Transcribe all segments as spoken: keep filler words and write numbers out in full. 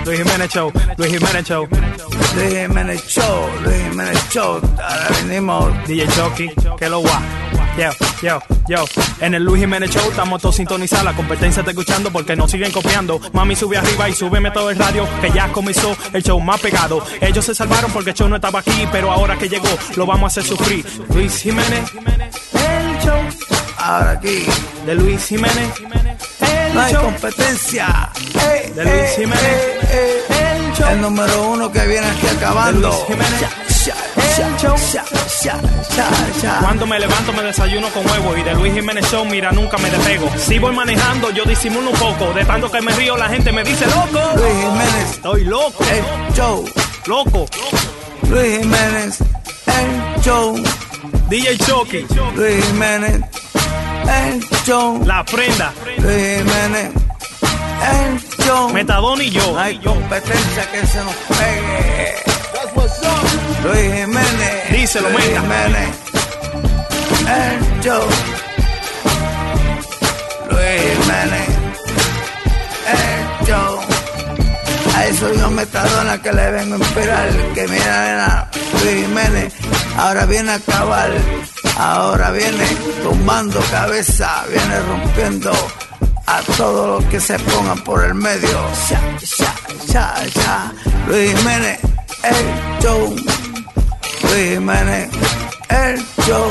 Luis Jiménez Show, Luis Jiménez Show. Luis Jiménez Show, Luis Jiménez Show. Ahora venimos. D J Chucky, que lo guá. Yo, yo, yo. En el Luis Jiménez Show estamos todos sintonizados. La competencia está escuchando porque nos siguen copiando. Mami, sube arriba y súbeme todo el radio, que ya comenzó el show más pegado. Ellos se salvaron porque el show no estaba aquí, pero ahora que llegó lo vamos a hacer sufrir. Luis Jiménez, el show. Ahora aquí, de Luis Jiménez, el no hay show. competencia. Ey, De Luis ey, Jiménez, ey, ey. el show. El número uno que viene aquí acabando. De Luis Jiménez, Sha, sha, el show. sha, sha, sha, sha. Cuando me levanto me desayuno con huevo y de Luis Jiménez Show, mira, nunca me despego. Si voy manejando yo disimulo un poco, de tanto que me río la gente me dice loco. Luis Jiménez, Estoy loco, el show. loco. Luis Jiménez, el show. D J Chucky, Luis Jiménez, el show. La Prenda, Luis Jiménez, el show. Metadona y yo. No hay competencia que se nos pegue. Luis Jiménez, Díselo, Luis Meta. Jiménez, el show. Luis Jiménez, el show. A eso yo Metadona que le vengo a inspirar. Que mira, nena, Luis Jiménez ahora viene a acabar. Ahora viene tumbando cabeza, viene rompiendo a todos los que se pongan por el medio. Sha, sha, sha, sha. Luis Jiménez, el show. Luis Jiménez, el show.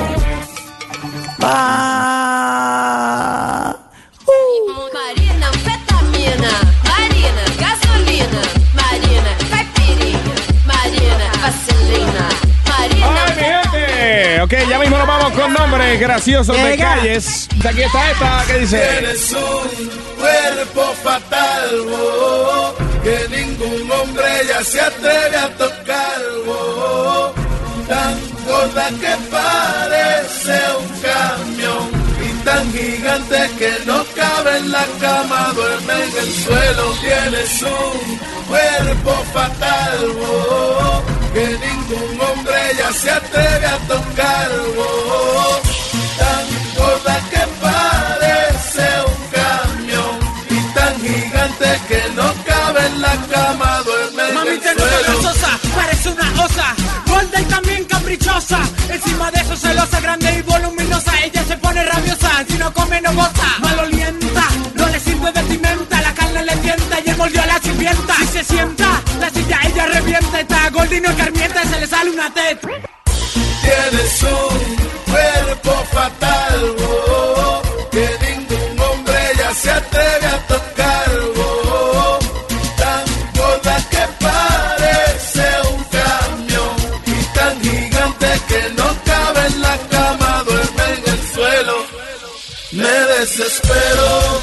Va. Marina, anfetamina. Marina, gasolina. Marina, caipirinha. Marina, vaselina. Marina. ¡Ay, mi gente! Ok, ya mismo nos vamos con nombres graciosos de calles. Aquí está esta, ¿qué dice? Tienes un cuerpo fatal, oh, que ningún hombre ya se atreve a tocar, oh, tan gorda que parece un camión y tan gigante que no cabe en la cama, duerme en el suelo. Tienes un cuerpo fatal, oh, que ningún hombre ya se atreve a tocar, oh, tan gorda que parece un camión y tan gigante que no cabe en la cama, duerme en Mami, el te nota suelo. grasosa, parece una osa, gorda y también caprichosa. Encima de eso celosa, grande y voluminosa. Ella se pone rabiosa, si no come no goza. Malolienta, no le sirve vestimenta. La carne le tienta y él volvió a la sirvienta. Si se sienta, la silla ella revienta. Está gorda y no escarmienta, se le sale una teta. Tienes un cuerpo fatal, oh, que ningún hombre ya se atreve a tocar, oh, tan gorda que parece un camión y tan gigante que no cabe en la cama, duerme en el suelo. Me desespero,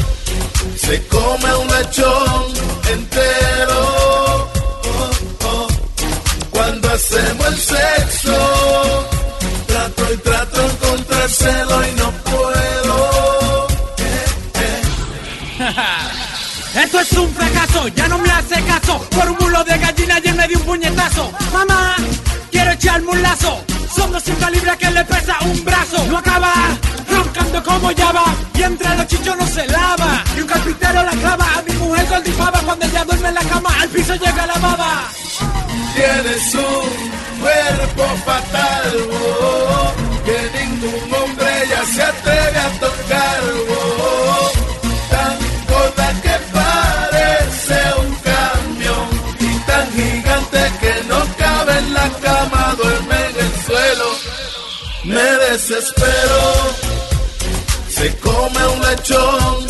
se come un lechón entero, oh, oh. Cuando hacemos el sexo, trato y trato de encontrárselo y no puedo. Eh, eh. Esto es un fracaso, ya no me hace caso. Por un mulo de gallina y él me dio un puñetazo. Mamá, quiero echarme un lazo. Son doscientas libras que le pesa un brazo. No acaba, roncando como Java. Y entre los chichos no se lava. Y un carpintero la clava. A mi mujer goldifaba cuando ella duerme en la cama. Al piso llega la baba. Tienes un cuerpo fatal, oh, que ningún hombre ya se atreve a tocar, oh, tan gorda que parece un camión y tan gigante que no cabe en la cama, duerme en el suelo. Me desespero, se come un lechón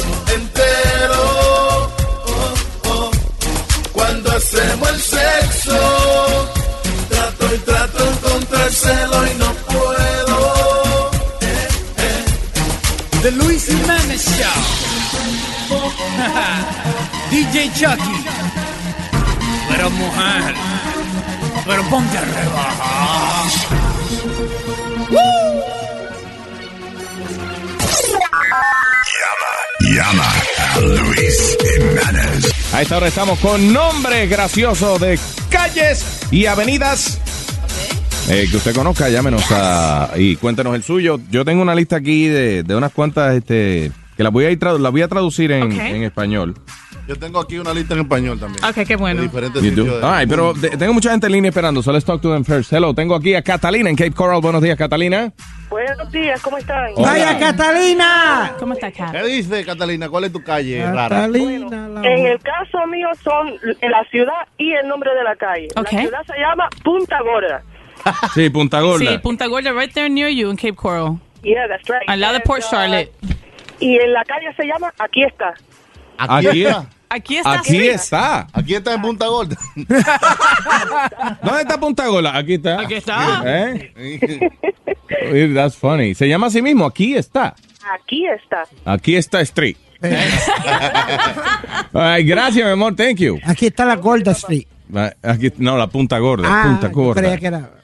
entero, oh, oh. Cuando hacemos el sexo, trato y trato de encontrárselo y no puedo. Eh, eh. The Luis Jiménez Show. D J Chucky. Pero mujer, pero ponte a rebajar. Llama a Luis Jiménez. A esta hora estamos con nombres graciosos de calles y avenidas. Eh, que usted conozca, llámenos a, y cuéntenos el suyo. Yo tengo una lista aquí de, de unas cuantas este, que las voy a, ir tradu- las voy a traducir en, Okay. en español. Yo tengo aquí una lista en español también. Ok, qué bueno. De diferentes You do? sitios. de- All right, pero de- tengo mucha gente en línea esperando, so let's talk to them first. Hello, tengo aquí a Catalina en Cape Coral. Buenos días, Catalina. Buenos días, ¿cómo están? Hola. ¡Vaya, Catalina! ¿Cómo está, Kat? ¿Qué dice, Catalina? ¿Cuál es tu calle rara? Catalina. la- En el caso mío son en la ciudad y el nombre de la calle. Ok. La ciudad se llama Punta Gorda. Sí, Punta Gorda. Sí, Punta Gorda, right there near you in Cape Coral. Yeah, that's right. Al lado de Port And, uh, Charlotte. Y en la calle se llama Aquí está. Aquí, Aquí está. Aquí está. Aquí está. Aquí está en Punta Gorda. ¿Dónde está Punta Gorda? Aquí está. Aquí está. ¿Eh? Eh, That's funny. Se llama así mismo. Aquí está. Aquí está. Aquí está Street. Ay, gracias, mi amor. Thank you. Aquí está la Gorda Street. Aquí, no, la Punta Gorda. Ah, Punta yo Gorda. creía que era...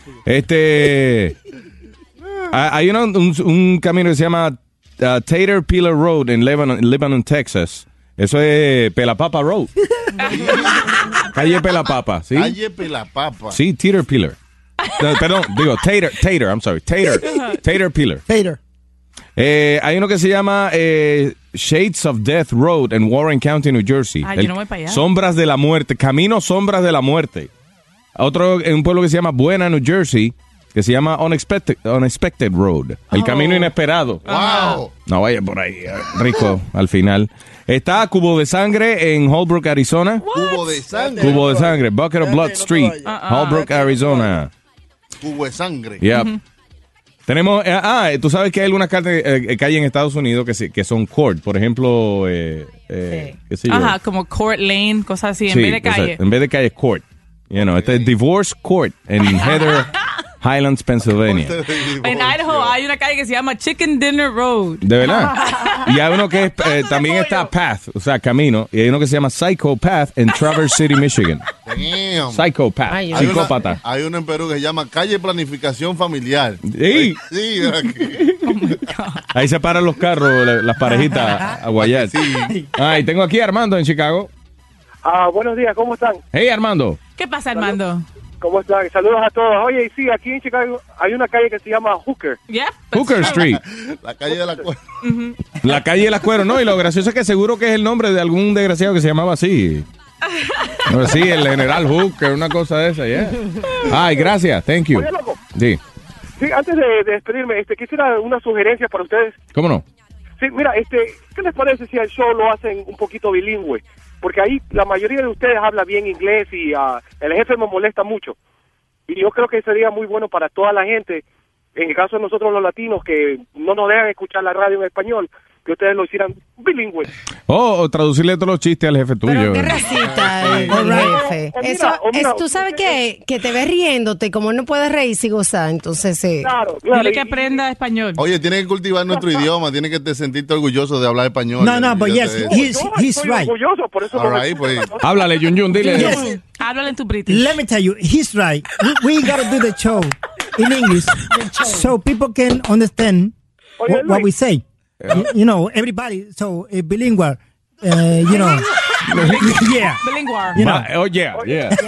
Este. ah, Hay una- un, un camino que se llama uh, Tater Pillar Road en Lebanon, Lebanon, Texas. Eso es Pelapapa Road. Calle Pelapapa, ¿sí? Calle Pelapapa. Sí, Tater Pillar. No, perdón, digo Tater, Tater, I'm sorry, Tater, Tater Pillar. Tater. Eh, hay uno que se llama eh, Shades of Death Road en Warren County, New Jersey. Ay, yo no voy para allá. Sombras de la Muerte, Camino Sombras de la Muerte. Otro en un pueblo que se llama Buena, New Jersey, que se llama Unexpected, Unexpected Road. El Oh. camino inesperado. Wow. No vaya por ahí, eh, rico al final. Está Cubo de Sangre en Holbrook, Arizona. Cubo de sangre. Cubo de Sangre, Bucket of Blood Street, Holbrook, Arizona. Cubo de sangre. Yep. Tenemos, eh, ah, tú sabes que hay algunas calles eh, calles en Estados Unidos que, se- que son court, por ejemplo, eh, eh, qué sé yo. Ajá, como Court Lane, cosas así, en Sí, vez de o sea, calle. en vez de calle es court. You know, este es Divorce Court en Heather Highlands, Pennsylvania. En Idaho hay una calle que se llama Chicken Dinner Road. De verdad. Y hay uno que es, eh, también está Path, o sea, camino, y hay uno que se llama Psycho Path en Traverse City, Michigan. Damn. Psycho Path, Hay una- psicópata. Hay uno en Perú que se llama Calle Planificación Familiar. Sí. Sí, ¿verdad que? Ahí se paran los carros, la- las parejitas a, a guayar. Sí. Ay, tengo aquí a Armando en Chicago. Ah, buenos días, ¿cómo están? Hey, Armando. ¿Qué pasa, Armando? ¿Cómo están? Saludos a todos. Oye, sí, aquí en Chicago hay una calle que se llama Hooker. Yep. Hooker Street. La calle de la cuerda. La calle de las cueros, no, y lo gracioso es que seguro que es el nombre de algún desgraciado que se llamaba así. No, sí, el general Hooker, una cosa de esa, yeah. Ay, gracias, thank you. Oye, loco. Sí, Sí, antes de, de despedirme, este, quisiera una sugerencia para ustedes. ¿cómo no? Sí, mira, este, ¿qué les parece si el show lo hacen un poquito bilingüe? Porque ahí la mayoría de ustedes habla bien inglés y ah, el jefe me molesta mucho. Y yo creo que sería muy bueno para toda la gente, en el caso de nosotros los latinos, que no nos dejan escuchar la radio en español, que ustedes lo hicieran bilingüe. Oh, o traducirle todos los chistes al jefe tuyo. Pero qué racista el, el jefe. O mira, Eso, o mira, es, tú sabes que, que te ves riéndote, como no puedes reírse y gozar, entonces eh, Claro, claro. Dile que y- aprenda español. Oye, tienes que cultivar nuestro idioma, tienes que te sentirte orgulloso de hablar español. No, no, but yes, Yo- he's, yo he's estoy right. orgulloso, por eso All no me- right, pues. Háblale, Jun Jun, dile. Yes. Háblale en tu british. Let me tell you, he's right. We, we got to do the show in English so people can understand Oye, what, what Luis. we say. You, you know, everybody, so uh, bilingual, uh, you know. yeah. Bilingual. You know. Va- oh, yeah, yeah.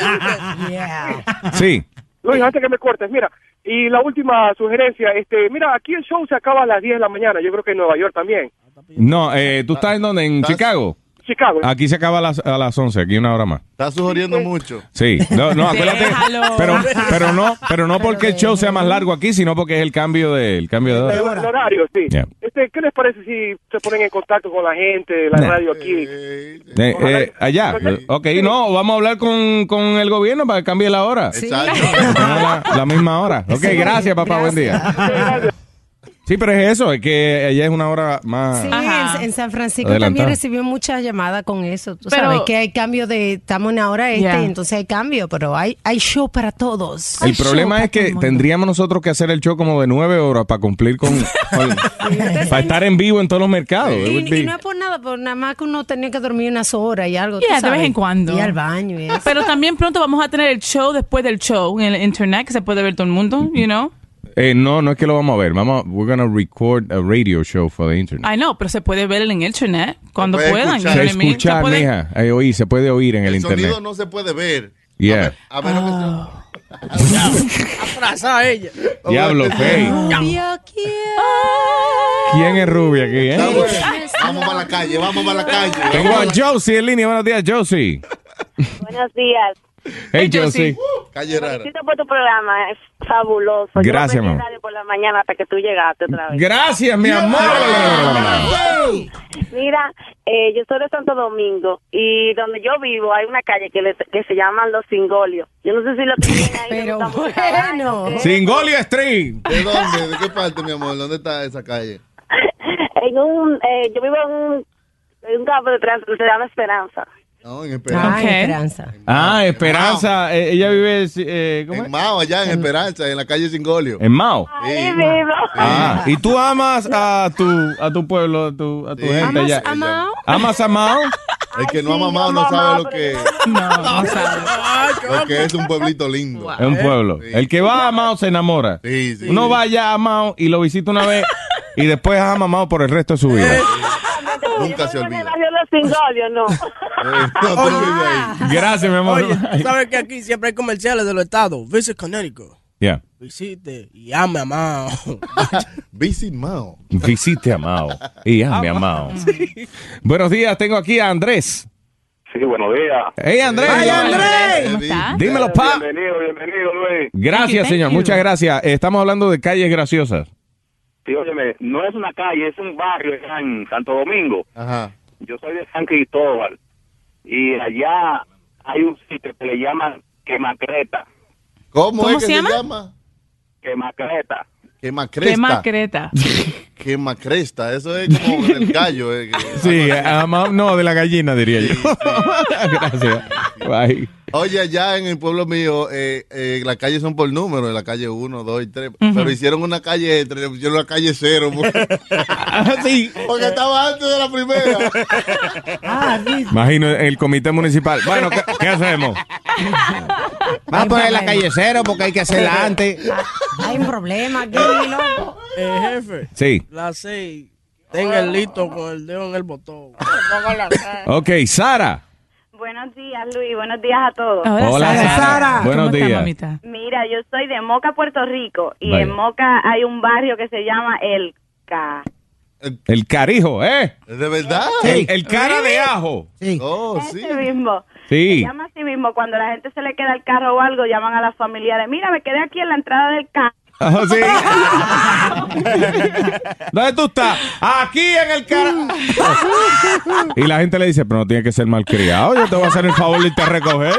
yeah. Sí. Luis, antes que me cortes, mira, y la última sugerencia, este, mira, aquí el show se acaba a las diez de la mañana, yo creo que en Nueva York también. No, eh, ¿tú estás en dónde? ¿En ¿Estás- Chicago? Chicago. Aquí se acaba a las, a las once, aquí una hora más. Estás sugiriendo mucho. Sí, no, no, acuérdate. Déjalo. Pero, pero no, pero no porque el show sea más largo aquí, sino porque es el cambio de, el cambio de El, hora. el horario, sí. Yeah. Este, ¿qué les parece si se ponen en contacto con la gente, la Nah. radio aquí? Eh, Eh, eh, allá. Ok, no, vamos a hablar con, con el gobierno para que cambie la hora. Exacto. La, la misma hora. Ok, gracias, papá, buen día. Sí, pero es eso, es que allá es una hora más. Sí, Ajá. en, en San Francisco Adelantado. también recibió muchas llamadas con eso. Tú Pero- sabes que hay cambio de, estamos en ahora este, Yeah. y entonces hay cambio, pero hay, hay show para todos. El Hay show problema para es todo que el mundo. tendríamos nosotros que hacer el show como de nueve horas para cumplir con, con- para estar en vivo en todos los mercados. It Y, would be- y no es por nada, por nada más que uno tenía que dormir unas horas y algo. tú Yeah, de sabes, vez en cuando. Ir al baño y eso. Pero también pronto vamos a tener el show después del show en el internet que se puede ver todo el mundo, you know. Eh, no, no es que lo vamos a ver. Vamos, a- we're gonna record a radio show for the internet. I know, pero se puede ver en el internet cuando puede puedan. escuchar. you know Se what I mean? escucha, Se puede- mija. Eh, oír, se puede oír en el, El internet. sonido no se puede ver. Yeah. A ver, a ver lo Ah. que Atrasada ella. Diablo, Fey. Rubia, ¿quién? ¿Quién es rubia aquí, eh? Está bueno. Vamos para la calle, vamos para la calle. Tengo a Josie en línea. Buenos días, Josie. Buenos días. Hey, Josie. Uh, calle rara. Felicito por tu programa, es fabuloso. Gracias, Yo mamá. radio por la mañana hasta que tú llegaste otra vez. Gracias, mi amor. Mira, eh, yo soy de Santo Domingo y donde yo vivo hay una calle que, le, que se llama Los Cingolios. Yo no sé si lo tienen ahí. Pero bueno. Cingolio Street. ¿De dónde? ¿De qué parte, mi amor? ¿Dónde está esa calle? En un, eh, yo vivo en un, en un campo de trans que se llama Esperanza. No, en Esperanza. Ah, Okay. Esperanza. Ah, Esperanza. eh, ella vive eh, ¿cómo En es? Mao, allá en Esperanza, en la calle Cingolio. En Mao. Ahí vivo. Ah, y tú amas a tu a tu pueblo, a tu, a tu Sí. gente allá. ¿Amas a Mao? ¿Amas a Mao? El que no Ay, ha sí, mamado yo no amo sabe Mao, lo que, No, no sabe. lo que es un pueblito lindo. Es un pueblo. Sí. El que va a Mao se enamora. Sí, sí. Uno va allá a Mao y lo visita una vez y después ama a Mao por el resto de su vida. Nunca se Yo vivo en el olvida. barrio Los Cingolios, no. Eh, no, tú no vives ahí. Gracias, mi amor. Oye, tú sabes que aquí siempre hay comerciales de los estados. Visit Connecticut. Yeah. Visite y ame a Mao. Visit Mao. Visite a Mao y ame a Mao. Buenos días, tengo aquí a Andrés. Sí, buenos días. Hey, Andrés. ¡Ay, Andrés! ¿Cómo estás? Dímelo, pa. Bienvenido, bienvenido, Luis. Gracias, Thank you, señor. thank you. Muchas gracias. Estamos hablando de calles graciosas. Sí, óyeme, no es una calle, es un barrio allá en Santo Domingo. Ajá. Yo soy de San Cristóbal. Y allá hay un sitio que le llaman Quemacreta. ¿Cómo, ¿Cómo es que se se llama? llama? Quemacreta. Quema cresta. Quema creta. Quema cresta. Eso es como del gallo. eh, que- Sí, a Mao- no, de la gallina, diría yo. Gracias. Bye. Oye, allá en el pueblo mío, eh, eh, las calles son por número, en la calle uno, dos y tres. Pero hicieron una calle, entre- le pusieron la calle cero. Porque, Sí. porque estaba antes de la primera. Ah, sí. Imagino el comité municipal. Bueno, ¿qué, qué hacemos? Vamos a poner la calle cero porque hay que hacerla antes. Hay un problema aquí, loco. Eh, jefe, Sí. las seis. Tenga el listo con el dedo en el botón. Ok, Sara. Buenos días, Luis. Buenos días a todos. Hola, Hola, Sara. Sara. Sara. Buenos ¿Cómo estás, días. mamita? Mira, yo soy de Moca, Puerto Rico. Y Vaya. en Moca hay un barrio que se llama El Ca. El carijo, ¿eh? ¿Es de verdad? El, el cara de ajo. Sí. Oh, sí. Ese mismo. Sí. Se llama así mismo. Cuando la gente se le queda el carro o algo, llaman a las familiares. Mira, me quedé aquí en la entrada del carro. Ah, sí. ¿Dónde tú estás? Aquí en el cara. Y la gente le dice, pero no tiene que ser malcriado. Yo te voy a hacer el favor de irte a recoger.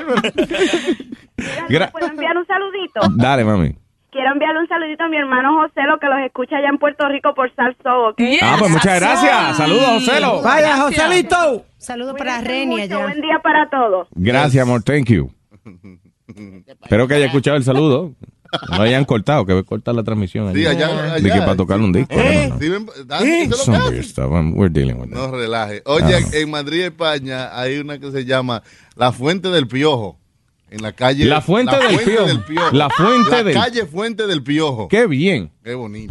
Gra- ¿Puedo enviar un saludito? Dale, mami. Quiero enviarle un saludito a mi hermano Joselo, que los escucha allá en Puerto Rico por Salso, ¿ok? Yes. Ah, pues muchas gracias. Saludos, Joselo. Vaya, Gracias. Joselito. Saludos para Cuídense Reni mucho. allá. Buen día para todos. Gracias, amor. Thank you. Espero que haya escuchado el saludo. No hayan cortado, que voy a cortar la transmisión. Sí, allá, De que allá. para tocar un disco. ¿Eh? No, no. Sí, ven- dan- eso es lo que Some hacen. weird stuff. I'm- We're dealing with that. No relaje. Oye, Ah. en Madrid, España, hay una que se llama La Fuente del Piojo. En la calle. La Fuente del Piojo. La Fuente La del- calle Fuente del Piojo. Qué bien. Qué bonito.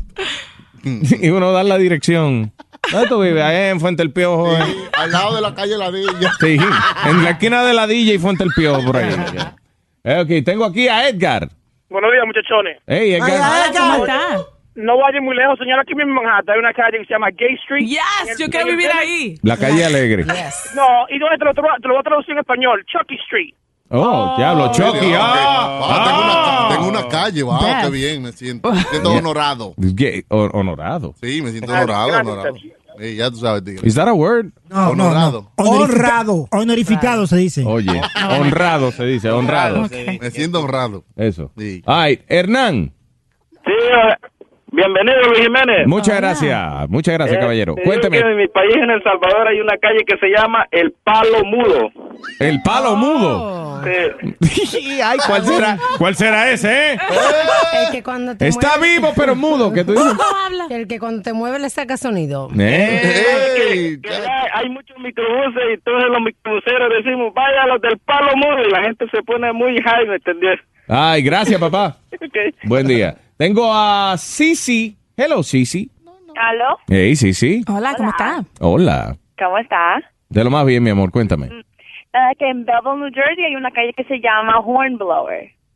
Y uno da la dirección. ¿Dónde tú vives? Ahí en Fuente el Piojo. eh. Sí, al lado de la calle Ladilla. Sí, en la esquina de la Dilla y Fuente el Piojo, por ahí. Eh, ok, tengo aquí a Edgar. Buenos días, muchachones. Hey, Edgar. Vaya, ¿Cómo Edgar. estás? No vayan muy lejos, señor. Aquí mismo en Manhattan hay una calle que se llama Gay Street. Yes, yo quiero vivir ahí. La calle Alegre. No, y dónde te lo, te lo voy a traducir en español. Chucky Street. Oh, diablo, Chucky. Ah, Ah, tengo, una, ah. tengo una calle. Wow, Beth. qué bien. Me siento, me siento honorado. Gay- hon- honorado. Sí, me siento Gracias, honorado. gracias, honorado. Sergio. Sí, ya tú sabes, tigre. Is that a word? No, no, Honorado. no. Honorifica- Honrado. Honorificado se dice. Oye, honrado se dice, honrado. Ok. Me siento honrado. Eso. Sí. Ay, Hernán. Sí, eh, bienvenido, Luis Jiménez. Muchas gracias. Muchas gracias, Eh, caballero. te digo Cuénteme. que en mi país, en El Salvador, hay una calle que se llama El Palo Mudo. El palo mudo. Sí. Ay, ¿cuál será? ¿Cuál será ese, eh? El que cuando te Está mueve, vivo, pero mudo. ¿Qué tú dices? el que cuando te mueve le saca sonido. Eh. Ey, Que ya hay muchos microbuses y todos los microbuseros decimos, vaya a los del Palo Mudo, y la gente se pone muy high, ¿me entendés? Ay, gracias, papá. Ok. Buen día. Tengo a Sisi. Hello, Sisi. ¿Aló? Hey, Sisi. Hola, ¿cómo estás? Hola. ¿Cómo estás? De lo más bien, mi amor, cuéntame. Nada, que en Belleville, New Jersey hay una calle que se llama Hornblower.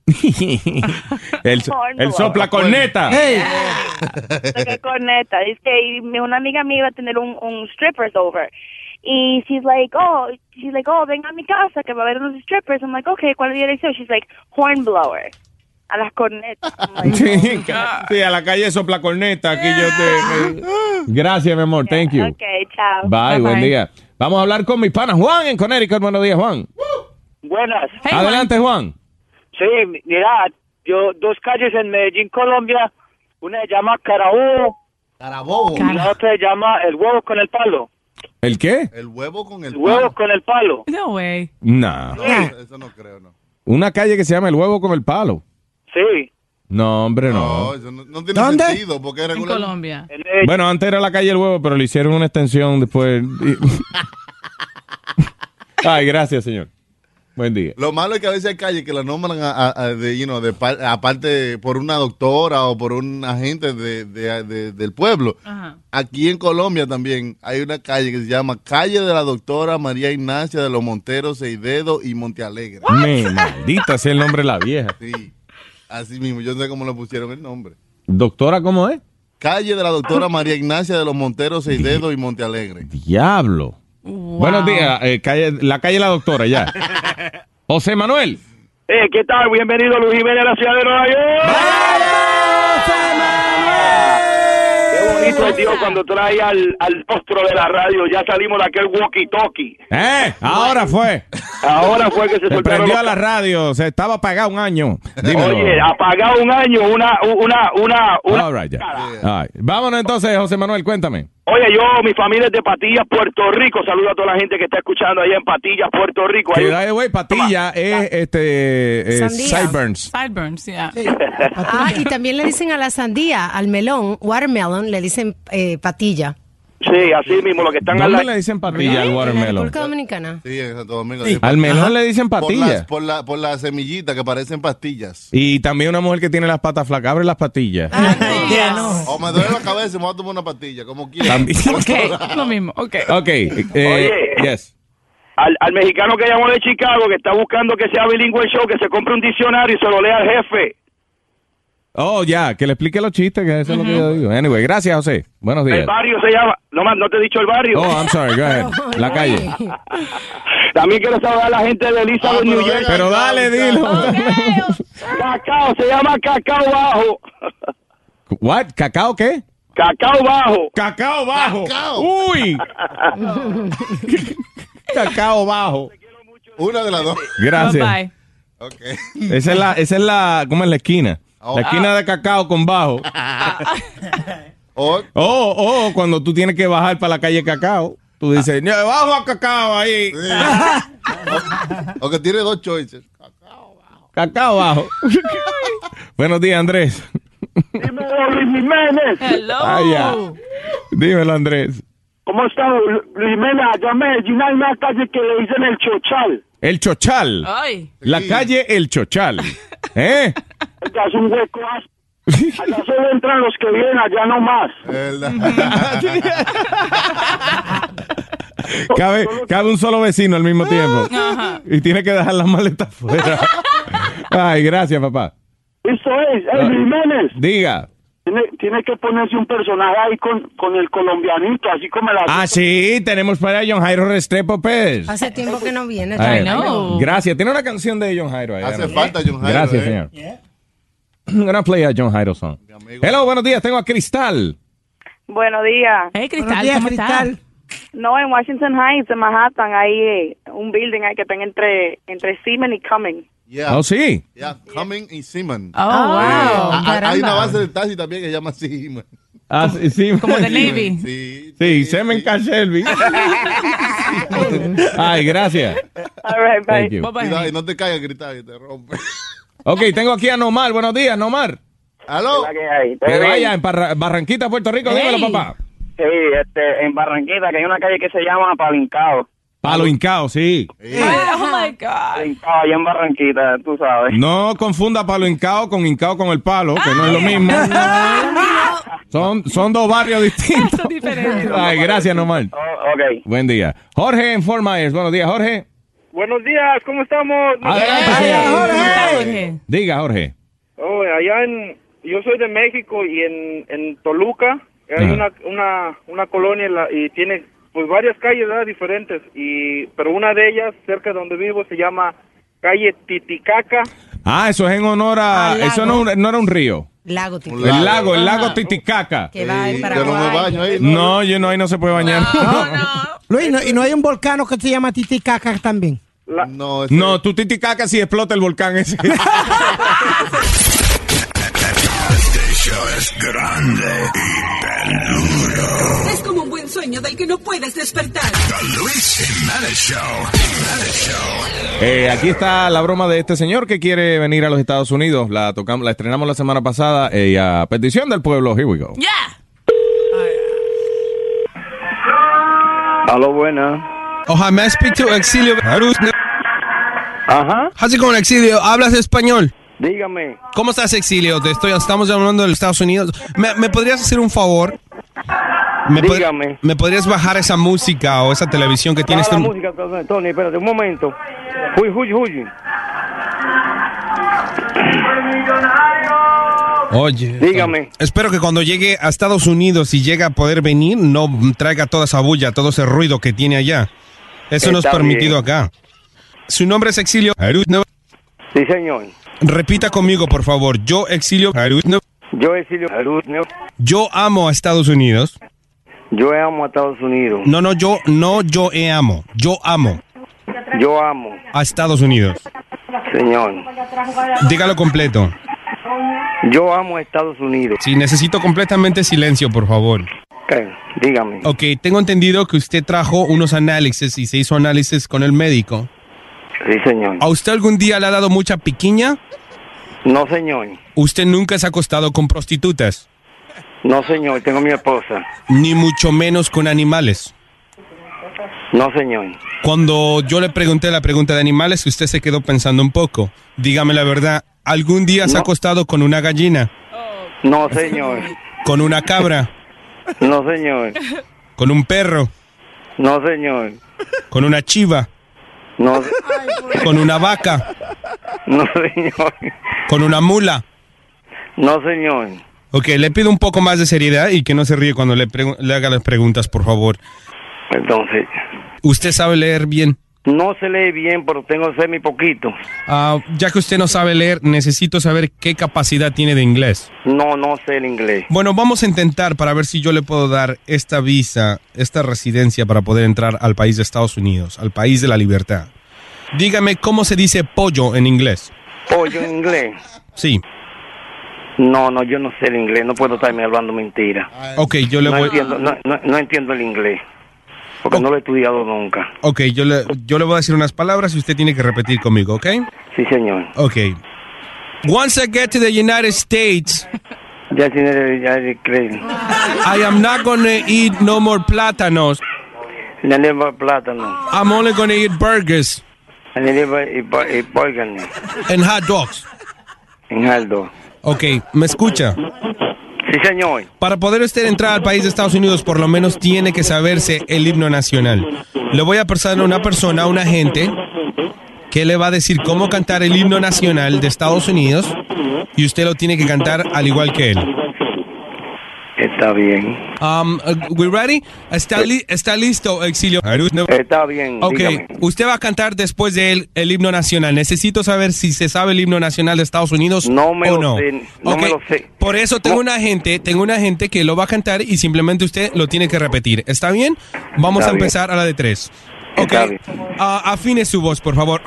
el, el sopla corneta. Hey. Toca corneta. Es que una amiga mía iba a tener un, un strippers over. Y she's like, oh, she's like, oh, venga a mi casa que va a haber unos strippers. I'm like, okay, ¿cuál es la dirección? She's like, hornblower. A las cornetas. Like, sí, sí, a la calle sopla corneta. Aquí yo te. Gracias, mi amor. Thank you. Okay, chao. Bye, Bye, buen bye. día. Vamos a hablar con mi pana Juan en Connecticut. Buenos días, Juan. Buenas. Adelante, Juan. Sí, mira, yo dos calles en Medellín, Colombia. Una se llama Carabobo. Carabobo. Y la otra se llama El Huevo con el Palo. ¿El qué? El huevo con el El Huevo con el Palo. No way. No. No, eso no creo, no. Una calle que se llama El Huevo con el Palo. Sí. No, hombre, no. No, eso no, no tiene ¿Dónde? sentido. Porque es En regular. Colombia. Bueno, antes era la calle El Huevo, pero le hicieron una extensión después. Ay, gracias, señor. Buen día. Lo malo es que a veces hay calles que la nombran a, a- a- de, you know, de par- aparte por una doctora o por un agente de, de- de- del pueblo. Ajá. Aquí en Colombia también hay una calle que se llama Calle de la Doctora María Ignacia de los Monteros Seidedo y Montealegre. Me, maldita sea el nombre de la vieja. Sí, así mismo. Yo no sé cómo le pusieron el nombre. Doctora, ¿cómo es? Calle de la Doctora María Ignacia de los Monteros Seidedo y Montealegre. Diablo. Buenos días, eh, calle, la calle La Doctora, ya. José Manuel. Eh, ¿qué tal? Bienvenido Luis Jiménez a la ciudad de Nueva York. Qué bonito es Dios cuando trae al, al monstruo de la radio. Ya salimos de aquel walkie-talkie. Eh, ahora fue. Ahora fue que se Se soltaron prendió los- a la radio, se estaba apagado un año. Dímelo. Oye, apagado un año, una, una, una, una... All right, ya. All right. Vámonos entonces, José Manuel, cuéntame. Oye, yo, mi familia es de Patillas, Puerto Rico. Saludo a toda la gente que está escuchando allá en Patillas, Puerto Rico. Que, Ahí- by the way, patilla es este, eh, Sandía. sideburns. Sideburns, yeah. Ah, y también le dicen a la sandía, al melón, watermelon, le dicen eh, patilla. Sí, así mismo, lo que están al ¿Dónde la- le dicen patilla al En la watermelon? República Dominicana. Sí, en Santo Domingo. Al melón Ajá. le dicen Por patilla. las, por, la, por las semillitas que parecen pastillas. Y también una mujer que tiene las patas flacas, abre las patillas. O me duele la cabeza y me voy a tomar una pastilla, como quiera. También. Ok, lo mismo, ok. Ok, eh, Oye. yes. al, al mexicano que llamó de Chicago, que está buscando que sea bilingüe el show, que se compre un diccionario y se lo lea al jefe. Oh, ya, que le explique los chistes, que eso es lo que yo digo. Anyway, gracias, José. Buenos días. El barrio se llama, no más, no te he dicho el barrio. Oh, I'm sorry, go ahead. La calle. También quiero saludar a la gente de Elizabeth, Ah, New pero York. venga, Pero dale, dilo. Cacao, se llama Cacao Bajo. What? ¿Cacao qué? Cacao Bajo. Cacao bajo. Cacao. Uy. Cacao bajo. Una de las dos. Gracias. Bye bye. Okay. Esa es la, esa es la, ¿cómo es la esquina? Oh. La esquina de cacao con bajo. O, Oh, oh, cuando tú tienes que bajar para la calle Cacao, tú dices, "No, bajo a Cacao ahí. o que tiene dos choices. Cacao bajo." Buenos días, Andrés. Dímelo, Luis Jiménez. Hello. Ah, ya. Dímelo, Andrés. ¿Cómo está, Lu- Luis Jiménez? Allá en Medellín hay una calle que le dicen el Chochal. El Chochal. Ay. La calle El Chochal. ¿Eh? Ya es un hueco así. Allá solo entran los que viven allá nomás. Cabe, cabe un solo vecino al mismo tiempo. Ajá. Y tiene que dejar las maletas fuera. Ay, gracias, papá. Eso es. Hey, Luis Jiménez. Diga. Tiene, tiene que ponerse un personaje ahí con, con el colombianito, así como la... Ah, sí, tenemos para John Jairo Restrepo Pérez. Hace tiempo que no viene. Ay, know. Gracias. Tiene una canción de John Jairo ahí. Hace ¿no? falta John Jairo. Gracias, eh. señor. I'm gonna play a John Jairo song. Hello, buenos días. Tengo a Cristal. Buenos días. Hey, Cristal, Buenos días, ¿cómo Cristal. estás? No, en Washington Heights, en Manhattan, hay eh, un building ahí que está entre, entre Seaman y Cumming. Yeah. Oh, sí. Yeah, Cumming y Seaman. Oh, wow. Ah, hay caramba. una base de taxi también que se llama Seaman. Ah, sí, sí. Como de Navy. Sí, Sí, Semen Car Shelby. Ay, gracias. All right, bye. Thank you. Bye bye. Cuidado, y no te caigas gritar y te rompe. Ok, tengo aquí a Nomar. Buenos días, Nomar. ¿Aló? ¿Qué hay? Que vaya en Barra- Barranquita, Puerto Rico. Hey. Dímelo, papá. Sí, este, en Barranquita, que hay una calle que se llama Palincao. Palo hincao, sí. Sí. Oh my God. Palincao, allá en Barranquita, tú sabes. No confunda palo hincao con hincao con el palo, que no es lo mismo. Son, son dos barrios distintos. Diferente. Ay, gracias, Nomar. Oh, ok. Buen día. Jorge en Fort Myers. Buenos días, Jorge. Buenos días, ¿cómo estamos? Jorge. Diga, Jorge. Oh, allá en, yo soy de México y en, en Toluca hay Ajá. una, una, una colonia en la- y tiene pues varias calles, ¿verdad? Diferentes, y pero una de ellas cerca de donde vivo se llama calle Titicaca. Ah, eso es en honor a... Al lago. Eso no, no era un río. Lago Titicaca. El lago, el lago Titicaca. Que va Sí, para yo no me Paraguay. baño ahí. No, yo no, ahí no se puede bañar. Luis, no- y no hay un volcán que se llama Titicaca también. No, ese- No, tu Titicaca si explota el volcán ese. Este show es grande y peludo. Es como un buen sueño del que no puedes despertar. The Luis Jiménez Show. Jiménez Show. Eh, aquí está la broma de este señor que quiere venir a los Estados Unidos. La tocamos, la estrenamos la semana pasada eh, y a petición del pueblo. Here we go. Yeah. Aló, buena. Oh, hi, may I speak to Exilio? Ajá. How's it going, Exilio? ¿Hablas español? Dígame. ¿Cómo estás, Exilio? Te estoy, estamos hablando de los Estados Unidos. ¿Me, me podrías hacer un favor? ¿Me pod- Dígame. ¿Me podrías bajar esa música o esa televisión que tienes? Baja la música, Tony, espérate un momento. Uy, uy, uy. Oye. Dígame. Espero que cuando llegue a Estados Unidos y llegue a poder venir, no traiga toda esa bulla, todo ese ruido que tiene allá. Eso no es Está permitido bien. acá. Su nombre es Exilio. Sí, señor. Repita conmigo, por favor. Yo, Exilio. Yo exilio. Yo amo a Estados Unidos. Yo amo a Estados Unidos. No, no, yo, no, yo he amo. Yo amo Yo amo, a Estados Unidos. señor. Dígalo completo. Yo amo a Estados Unidos. Sí, necesito completamente silencio, por favor. ¿Qué? Dígame. Ok, tengo entendido que usted trajo unos análisis y se hizo análisis con el médico. Sí, señor. ¿A usted algún día le ha dado mucha piquiña? No, señor. ¿Usted nunca se ha acostado con prostitutas? No, señor. Tengo mi esposa. Ni mucho menos con animales. No, señor. Cuando yo le pregunté la pregunta de animales, usted se quedó pensando un poco. Dígame la verdad, ¿algún día se ha No. acostado con una gallina? No, señor. ¿Con una cabra? No, señor. ¿Con un perro? No, señor. ¿Con una chiva? No, ¿Con una vaca? no, señor. ¿Con una mula? No, señor. Ok, le pido un poco más de seriedad y que no se ríe cuando le, pregu- le haga las preguntas, por favor. Entonces, ¿Usted sabe leer bien? no se lee bien, pero tengo semi poquito. Ah, ya que usted no sabe leer, necesito saber qué capacidad tiene de inglés. No, no sé el inglés. Bueno, vamos a intentar para ver si yo le puedo dar esta visa, esta residencia para poder entrar al país de Estados Unidos, al país de la libertad. Dígame cómo se dice pollo en inglés. Pollo en inglés. Sí. No, no, yo no sé el inglés. No puedo estarme hablando mentira. Ok, yo le no voy... Entiendo, no, no, no entiendo el inglés. Porque no lo he estudiado nunca. Ok, yo le, yo le voy a decir unas palabras y usted tiene que repetir conmigo, ¿ok? Sí, señor. Ok. Once I get to the United States, Ya tiene, ya creen. I am not gonna eat no more plátanos. La never plátano. I'm only gonna eat burgers La never y polgan. and hot dogs. En Aldo. Ok, ¿me escucha? Sí, señor. Para poder usted entrar al país de Estados Unidos, por lo menos tiene que saberse el himno nacional. Le voy a pasar a una persona, a un agente, que le va a decir cómo cantar el himno nacional de Estados Unidos y usted lo tiene que cantar al igual que él. Está bien. Um, uh, we ready? ¿Está, li- está listo, Exilio? Está bien. Ok, dígame. usted va a cantar después de él el himno nacional. Necesito saber si se sabe el himno nacional de Estados Unidos No me o lo no. sé, no Ok, me lo sé. Por eso tengo una gente, tengo una gente que lo va a cantar y simplemente usted lo tiene que repetir. ¿Está bien? Vamos Está a empezar bien. a la de tres. Ok, Está bien. ah, afine su voz, por favor.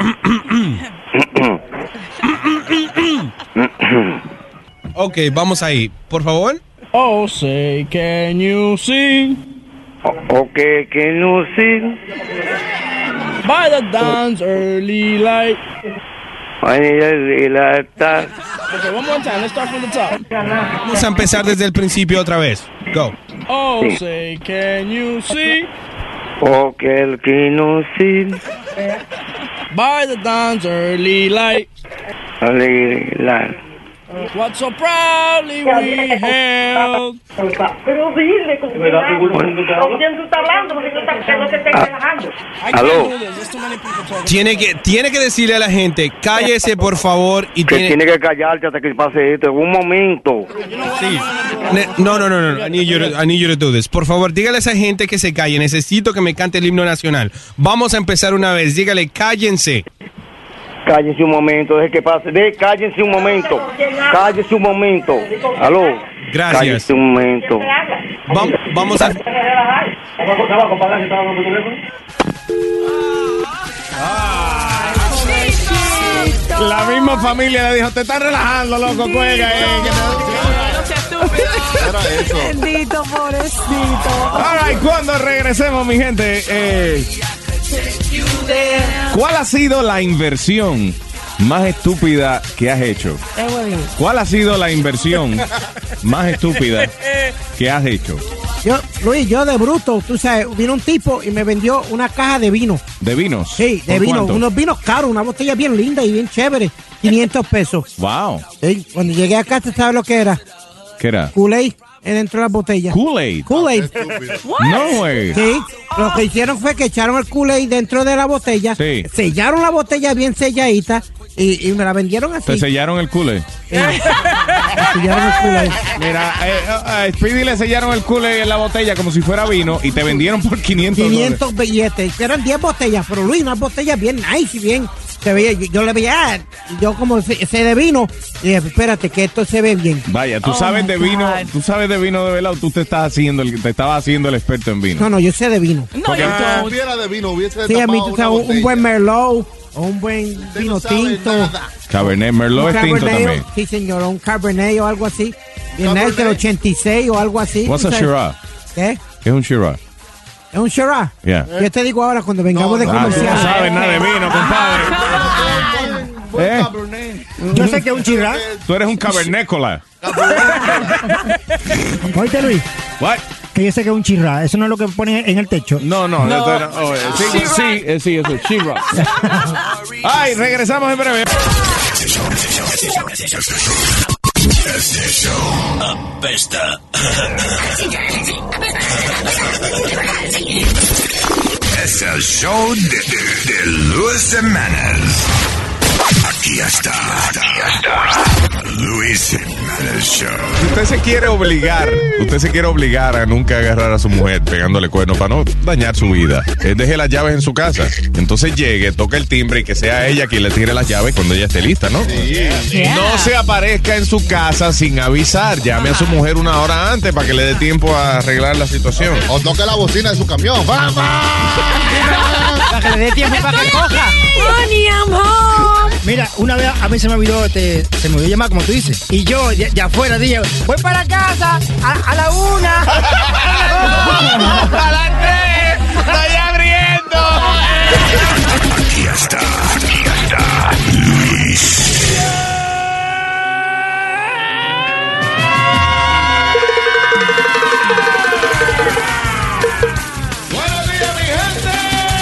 Ok, vamos ahí. Por favor. Oh, say, can you sing? Ok, que no sé. By the dawn's early light. Ay, la está. Okay, one more time. Let's start from the top. Vamos a empezar desde el principio otra vez. Go. Oh, Sí. say, can you see? Ok, el que no sé. By the dawn's early light. Ay, la. What so proudly we held. Pero dile con cuidado. ¿Con quién tú estás hablando? Porque tú estás, que no te estés relajando. Aló. Tiene que, tiene que decirle a la gente, cállese por favor y Que tiene... tiene que callarte hasta que pase esto en un momento. Sí. Ne- No, no, no, no. I need you to, I need you to do this. Por favor, dígale a esa gente que se calle. Necesito que me cante el himno nacional. Vamos a empezar una vez. Dígale, cállense. Cállense un momento, deje que pase. De, cállense un momento. Cállese un momento. Aló. Gracias. Cállese un momento. Va- vamos a... La misma familia le dijo, te estás relajando, loco, cuelga. Eh, que te... Bendito, pobrecito. All right, cuando regresemos, mi gente, eh, ¿cuál ha sido la inversión más estúpida que has hecho? ¿Cuál ha sido la inversión más estúpida que has hecho? Yo, Luis, yo de bruto, tú sabes, vino un tipo y me vendió una caja de vino. ¿De vinos? Sí, de ¿Por vino, cuánto? unos vinos caros, una botella bien linda y bien chévere, quinientos pesos. Wow. Sí, cuando llegué acá, ¿tú sabes lo que era? ¿Qué era? Kool-Aid dentro de la botella. Kool-Aid. Kool-Aid. No, güey. Sí, lo que hicieron fue que echaron el Kool-Aid dentro de la botella, Sí. sellaron la botella bien selladita y, y me la vendieron así. Te sellaron el Kool-Aid. Sellaron el Kool-Aid. Mira, eh, eh, a Speedy le sellaron el Kool-Aid en la botella como si fuera vino y te vendieron por quinientos dólares. quinientos billetes, que eran diez botellas, pero Luis, unas botellas bien nice y bien, se veía, yo, yo le veía, ah, yo como sé, sé de vino, y dije, espérate, que esto se ve bien. Vaya, tú Oh, sabes de my vino, God. tú sabes de vino de verdad o tú te estás haciendo el, te estabas haciendo el experto en vino. No, no, yo sé de vino. No, yo no. Si supiera de vino, hubiese Sí, a mí, destapado tú una sabes, un, un botella. buen Merlot, o un buen vino tinto. Cabernet Merlot Un es tinto Cabernet, también. Sí, señor, o un Cabernet o algo así. Bien nice, del ochenta y seis o algo así. What's tú a sabes. Shiraz? ¿Qué? ¿Qué es un Shiraz? ¿Es un Shiraz? Yeah. Yo te digo ahora cuando vengamos de Ah, tú comercial. no sabes nada de vino, compadre. ¿Eh? Yo sé que es un Shiraz. Tú eres un cavernécola. Oíste, Luis. What? Que yo sé que es un Shiraz. Eso no es lo que ponen en el techo. No, no. esto era- oh, eh, sí, sí, eh, sí, eso es Shiraz. Ay, regresamos en breve. Este show apesta. Es el show de, de, de Luis Jiménez. Aquí está. Aquí está. Luis Jiménez Show. Si usted se quiere obligar, usted se quiere obligar a nunca agarrar a su mujer pegándole cuernos para no dañar su vida, eh, deje las llaves en su casa. Entonces llegue, toque el timbre y que sea ella quien le tire las llaves cuando ella esté lista, ¿no? Yeah. No se aparezca en su casa sin avisar. Llame a su mujer una hora antes para que le dé tiempo a arreglar la situación. O toque la bocina de su camión. ¡Vamos! Para que le dé tiempo para que coja. Honey, I'm home. Mira, una vez a mí se me olvidó, este, se me olvidó llamar, como tú dices. Y yo, ya, ya afuera, dije, voy para casa a, a la una. ¡A las tres! ¡Estoy abriendo! Aquí está. Aquí está. Luis. ¡Buenos días, mi gente!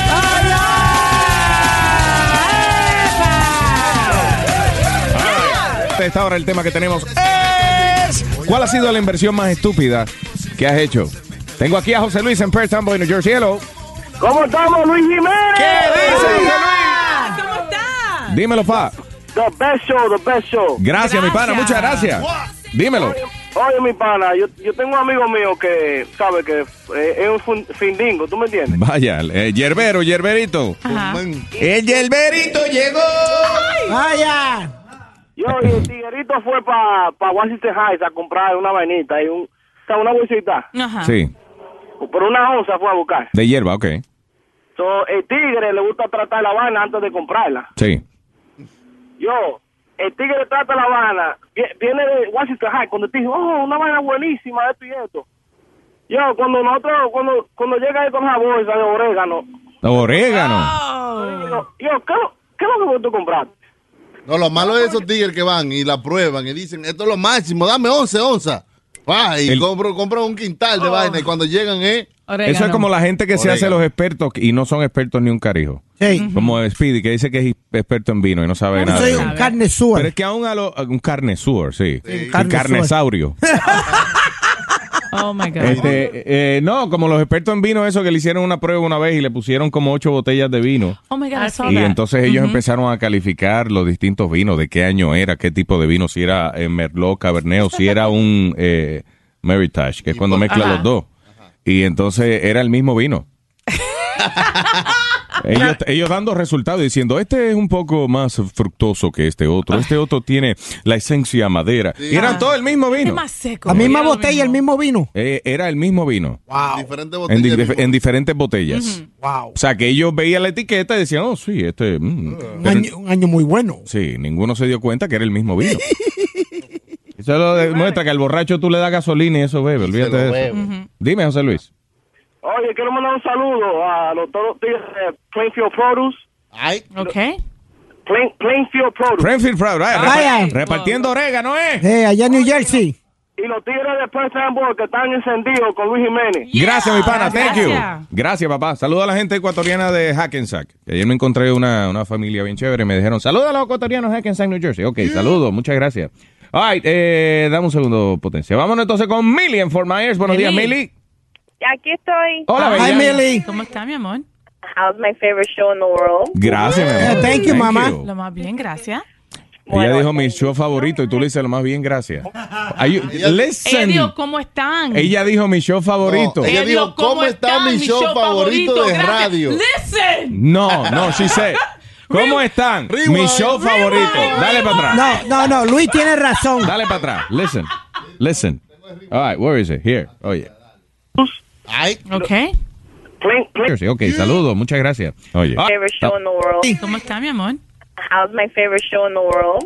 A esta hora el tema que tenemos es ¿cuál ha sido la inversión más estúpida que has hecho? Tengo aquí a José Luis en Perth Amboy, New Jersey. Hello. ¿Cómo estamos, Luis Jiménez? ¿Qué dice, José Luis? ¿Cómo estás? Dímelo, pa. The best show, the best show. Gracias, mi pana, muchas gracias. Dímelo. Oye, oye, mi pana, yo, yo tengo un amigo mío que sabe que eh, es un fun- findingo, ¿tú me entiendes? Vaya, eh, yerbero, yerberito. El yerberito llegó. Vaya. Yo, y el tiguerito fue para pa Washington Heights a comprar una vainita y un, o sea, una bolsita. Ajá. Sí, Pero una onza fue a buscar. de hierba, ok. So, el tigre le gusta tratar la vaina antes de comprarla. Sí. Yo, el tigre trata la vaina, vi- viene de Washington Heights, cuando el tigre, oh, una vaina buenísima, esto y esto. Yo, cuando nosotros, cuando, cuando llega ahí con esa bolsa de orégano, Orégano. yo, yo, ¿qué, ¿qué es lo que tú compraste? No, lo malo es esos tigres que van y la prueban y dicen, esto es lo máximo, dame once onzas. Va, y El- compro, compran un quintal de vaina y cuando llegan, ¿eh? Eso es como la gente que se hace los expertos y no son expertos ni un carijo. Sí. Como Speedy, que dice que es experto en vino y no sabe Yo nada. soy de un vino. carnesúar. Pero es que aún a lo, un carnesúar, sí. Sí, Un carnesúar. carnesaurio. Oh my God. Este, eh, no, como los expertos en vino, eso que le hicieron una prueba una vez y le pusieron como ocho botellas de vino. Oh my God, I saw Y that. entonces ellos Ujú. empezaron a calificar los distintos vinos, de qué año era, qué tipo de vino, si era eh, Merlot, Cabernet o si era un eh, Meritage, que es cuando mezcla Ajá. los dos. Y entonces era el mismo vino. Ellos, ellos dando resultados diciendo, este es un poco más fructoso que este otro, este otro tiene la esencia madera. Y eran todo el mismo vino. más seco. La misma Era lo botella, el mismo vino. Eh, era el mismo vino. Wow. Diferentes En, botellas. di- de vino. en diferentes botellas. Wow. O sea, que ellos veían la etiqueta y decían, oh, sí, este... mm". Un Pero- año, un año muy bueno. sí, ninguno se dio cuenta que era el mismo vino. Eso lo demuestra que al borracho tú le das gasolina y eso bebe, olvídate lo de eso. bebe. Dime, José Luis. Oye, quiero mandar un saludo a los todos los tigres de Plainfield Produce. Ay. Ok. Plain, Plainfield Produce. Plainfield Proud, right, Ah, repa- vaya. repartiendo orégano, ¿eh? Eh, allá en New Jersey. Y los tigres de President Board que están encendidos con Luis Jiménez. Gracias, mi pana, thank you. Gracias. Gracias, papá. Saludos a la gente ecuatoriana de Hackensack. Ayer me encontré una, una familia bien chévere y me dijeron, saludos a los ecuatorianos de Hackensack, New Jersey. Ok, saludos, muchas gracias. All right, eh, dame un segundo, Potencia. Vámonos entonces con Millie en Fort Myers. Buenos días, Millie. Millie. Aquí estoy. Hola, Hi, bella. Millie. ¿Cómo está, mi amor? How's my favorite show in the world? Gracias, mi amor. Eh, thank you, mamá. Lo más bien, gracias. Ella Bueno, dijo mi show favorito y tú le dices lo más bien, gracias. Are you- Ella listen. dijo, ¿cómo están? Ella dijo mi show favorito. No, ella dijo, ¿cómo está mi show favorito de Gracias. radio? Listen. No, no, she said. ¿Cómo están? Mi Rewind. show favorito. Dale para atrás. No, no, no. Luis tiene razón. Dale para atrás. Listen. Listen. All right, where is it? Here. Oye. Ay. Ok. Plain, plain. Sí, ok, saludos. Muchas gracias. Oye. favorite show in the world. ¿Cómo está, mi amor? How's my favorite show in the world?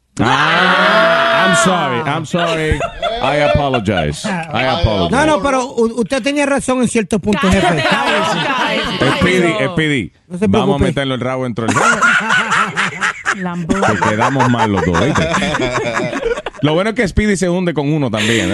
Ah, I'm sorry. I'm sorry. I apologize. I apologize. No, no, pero u- usted tenía razón en cierto punto, jefe. Cállate la boca. Speedy, Speedy. No se Vamos a preocupe. meterlo el rabo dentro del Lambón. que quedamos mal los dos. ¿viste? Lo bueno es que Speedy se hunde con uno también. ¿eh?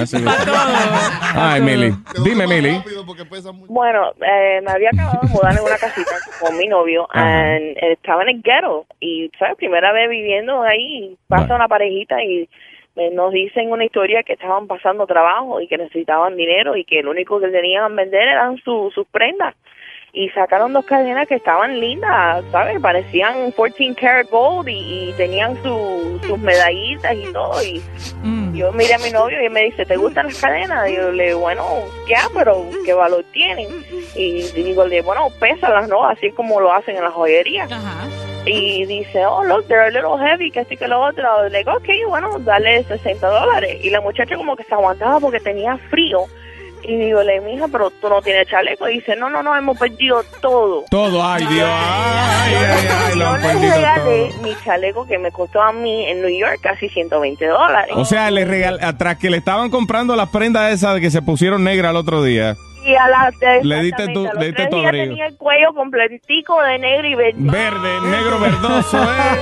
Ay, Millie. Dime, Millie. Bueno, eh, me había acabado de mudar en una casita con mi novio Ajá. and, eh, estaba en el ghetto y, ¿sabes? Primera vez viviendo ahí, pasa Vale. una parejita y eh, nos dicen una historia que estaban pasando trabajo y que necesitaban dinero y que lo único que tenían que vender eran su- sus prendas. Y sacaron dos cadenas que estaban lindas, ¿sabes? Parecían catorce karat gold y, y tenían su, sus medallitas y todo. Y Mm. yo miré a mi novio y él me dice, ¿te gustan las cadenas? Y yo le digo, bueno, ya, pero ¿qué valor tienen? Y digo, le, bueno, pésalas, ¿no? Así como lo hacen en la joyería. Ajá. Y dice, oh, look, they're a little heavy, que así que lo otro. Le digo, ok, bueno, dale sesenta dólares. Y la muchacha como que se aguantaba porque tenía frío. Y digo, le mija, pero tú no tienes chaleco. Y dice, no, no, no, hemos perdido todo. Todo, ay, Dios. Ay, ay, ay, lo Yo han le perdido regalé todo. mi chaleco que me costó a mí en New York casi ciento veinte dólares. O sea, le regal atrás que le estaban comprando las prendas esas que se pusieron negras el otro día. Y a las Le diste tu- exactamente, a los le diste tres tu días abrigo. tenía el cuello completico de negro y verde. Verde, negro verdoso,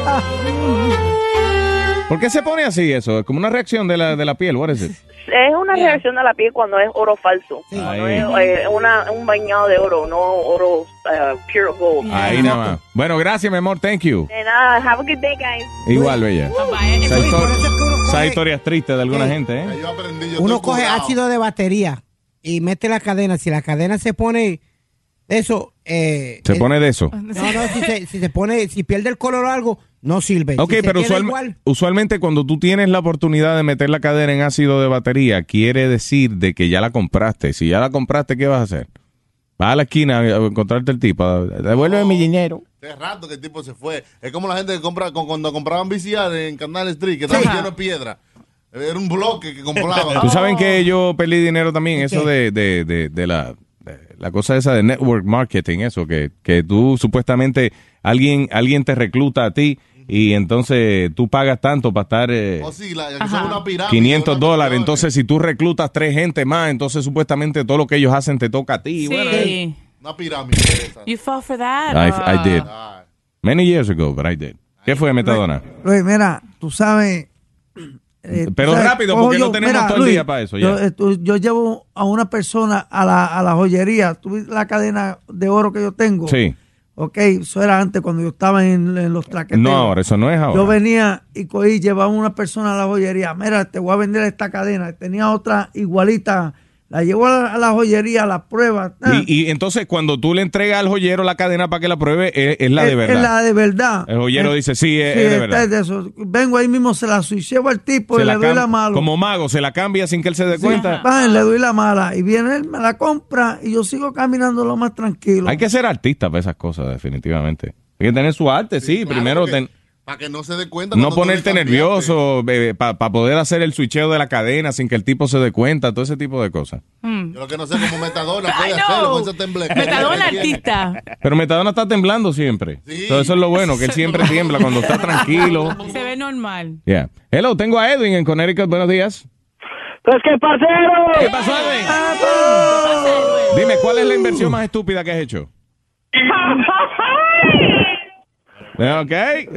¿eh? ¿Por qué se pone así eso? Es como una reacción de la, de la piel, what is it? Es una reacción de la piel cuando es oro falso. Cuando Ahí. es eh, una, un bañado de oro, no oro uh, pure gold. Ahí nada más. Bueno, gracias, mi amor, thank you. De nada, have a good day, guys. Igual, bella. Bye-bye. Esa, histo- por eso es que uno esa coge- historia es triste de alguna Sí. gente, ¿eh? Yo aprendí, yo Uno estoy coge curado. ácido de batería y mete la cadena. Si la cadena se pone eso, eh, Se eh, pone de eso. No, no, si se, si se pone, si pierde el color o algo, no sirve. Ok, Si se pero queda usual- igual, usualmente cuando tú tienes la oportunidad de meter la cadena en ácido de batería, quiere decir de que ya la compraste. Si ya la compraste, ¿qué vas a hacer? Vas a la esquina a encontrarte el tipo. Devuelve mi dinero. Hace rato que el tipo se fue. Es como la gente que compra con- cuando compraban V C R en Canal Street, que estaba Sí. lleno de piedra. Era un bloque que compraba. Tú saben que yo perdí dinero también, eso de, de, de, de la, de la cosa esa de network marketing, eso, que, que tú supuestamente, alguien, alguien te recluta a ti y entonces tú pagas tanto para estar eh, Oh, sí, la, que son una pirámide. quinientos una dólares. pirámide. Entonces, si tú reclutas tres gente más, entonces supuestamente todo lo que ellos hacen te toca a ti. Bueno, Sí. Una pirámide esa. You fall for that. I, Uh, I did. Many years ago, but I did. ¿Qué fue, Metadona? Luis, mira, tú sabes. eh, Pero tú sabes, rápido, cojo porque no yo- tenemos mira, todo el Luis, día para eso, Yo, ya. eh, tú- yo llevo a una persona a la, a la joyería. ¿Tú ves la cadena de oro que yo tengo? Sí. Ok, eso era antes cuando yo estaba en, en los traqueteros. No, ahora, eso no es ahora. Yo venía y cogí, llevaba una persona a la joyería. Mira, te voy a vender esta cadena. Tenía otra igualita. La llevo a la, a la joyería, a la prueba. Y, y entonces cuando tú le entregas al joyero la cadena para que la pruebe, es, es la es, de verdad. Es la de verdad. El joyero es, dice, sí, es, sí, es de verdad. Es de eso. Vengo ahí mismo, se la llevo al tipo Se y la le doy cam- la mala. Como mago, se la cambia sin que él se dé Sí, cuenta. va, le doy la mala. Y viene él, me la compra y yo sigo caminando lo más tranquilo. Hay que ser artista para esas cosas, definitivamente. Hay que tener su arte, sí. claro, Primero, que- ten- Para que no se dé cuenta. no cuando tú le ponerte cambiaste. nervioso, para poder hacer el switcheo de la cadena sin que el tipo se dé cuenta, todo ese tipo de cosas. Yo lo que no sé cómo Metadona puede Ay, hacerlo no. con ese tembleque. Metadona artista. Pero Metadona está temblando siempre. Sí. Todo eso es lo bueno, que él siempre tiembla cuando está tranquilo. Se ve normal. Yeah. Hello, tengo a Edwin en Connecticut. Buenos días. Pues qué parcero. ¿Qué pasó, Edwin? Dime, ¿cuál es la inversión más estúpida que has hecho? Ok.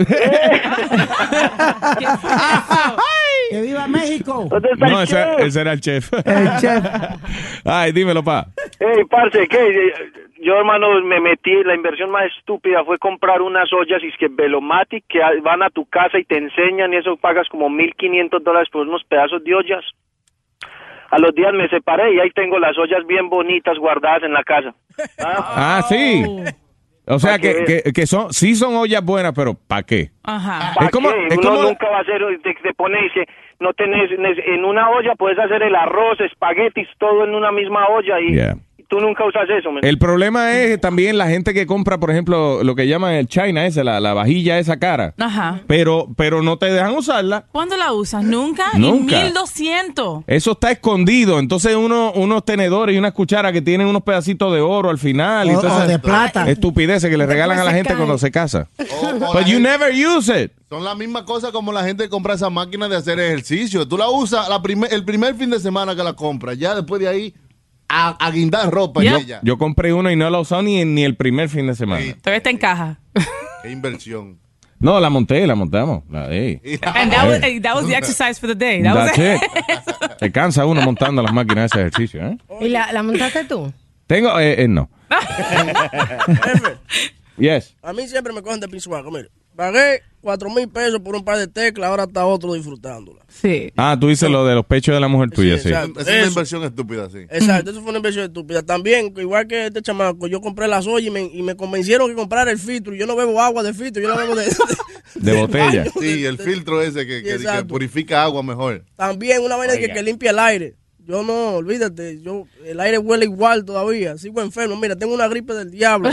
¡Que viva México! No, ese, ese era el chef. El chef. Ay, dímelo, pa. Hey, parce, ¿qué? Yo, hermano, me metí, la inversión más estúpida fue comprar unas ollas y es que Velomatic que van a tu casa y te enseñan y eso pagas como mil quinientos dólares por unos pedazos de ollas. A los días me separé y ahí tengo las ollas bien bonitas guardadas en la casa. Ah, sí. O sea, que, que, que son, sí son ollas buenas, pero ¿para qué? Ajá. ¿Para Es como- qué? es Uno como- nunca va a hacer, te, te pone y dice, no tenés, en una olla puedes hacer el arroz, espaguetis, todo en una misma olla y, Yeah. y tú nunca usas eso. ¿me El problema es también la gente que compra, por ejemplo, lo que llaman el china ese, la, la vajilla esa cara. Ajá. Pero, pero no te dejan usarla. ¿Cuándo la usas? ¿Nunca? Nunca. Y mil doscientos. Eso está escondido. Entonces uno, unos tenedores y unas cucharas que tienen unos pedacitos de oro al final. y O- todas o esas de plata. Estupideces que le regalan a la se gente cae. cuando se casa. O- o But la you gente- never use it. Son la misma cosa como la gente que compra esa máquina de hacer ejercicio. Tú la usas la primer, el primer fin de semana que la compras. Ya después de ahí, a, a guindar ropa Yep. en ella. Yo compré uno y no la usé ni, ni el primer fin de semana. Sí. Todavía está en caja. Qué inversión. No, la monté, la montamos. La, hey. And that was, that was the exercise for the day. That was That's it. Se cansa uno montando las máquinas de ese ejercicio, ¿eh? ¿Y la, la montaste tú? Tengo, eh, eh, no. Jefe, Yes. a mí siempre me cogen de pisuaco. Mire, pagué cuatro mil pesos por un par de teclas, ahora está otro disfrutándola. Sí. Ah, tú dices lo de los pechos de la mujer tuya, sí. exacto. Esa es una Eso. inversión estúpida, sí. Exacto, eso fue una inversión estúpida. También, igual que este chamaco, yo compré las ollas y me, y me convencieron que comprara el filtro. Yo no bebo agua de filtro, yo la bebo de... de- De botella. baño. Sí, el filtro ese que, que- que Exacto. purifica agua mejor. También una vaina que, Oiga. que limpia el aire. Yo no, olvídate, yo el aire huele igual todavía. Sigo enfermo. Mira, tengo una gripe del diablo.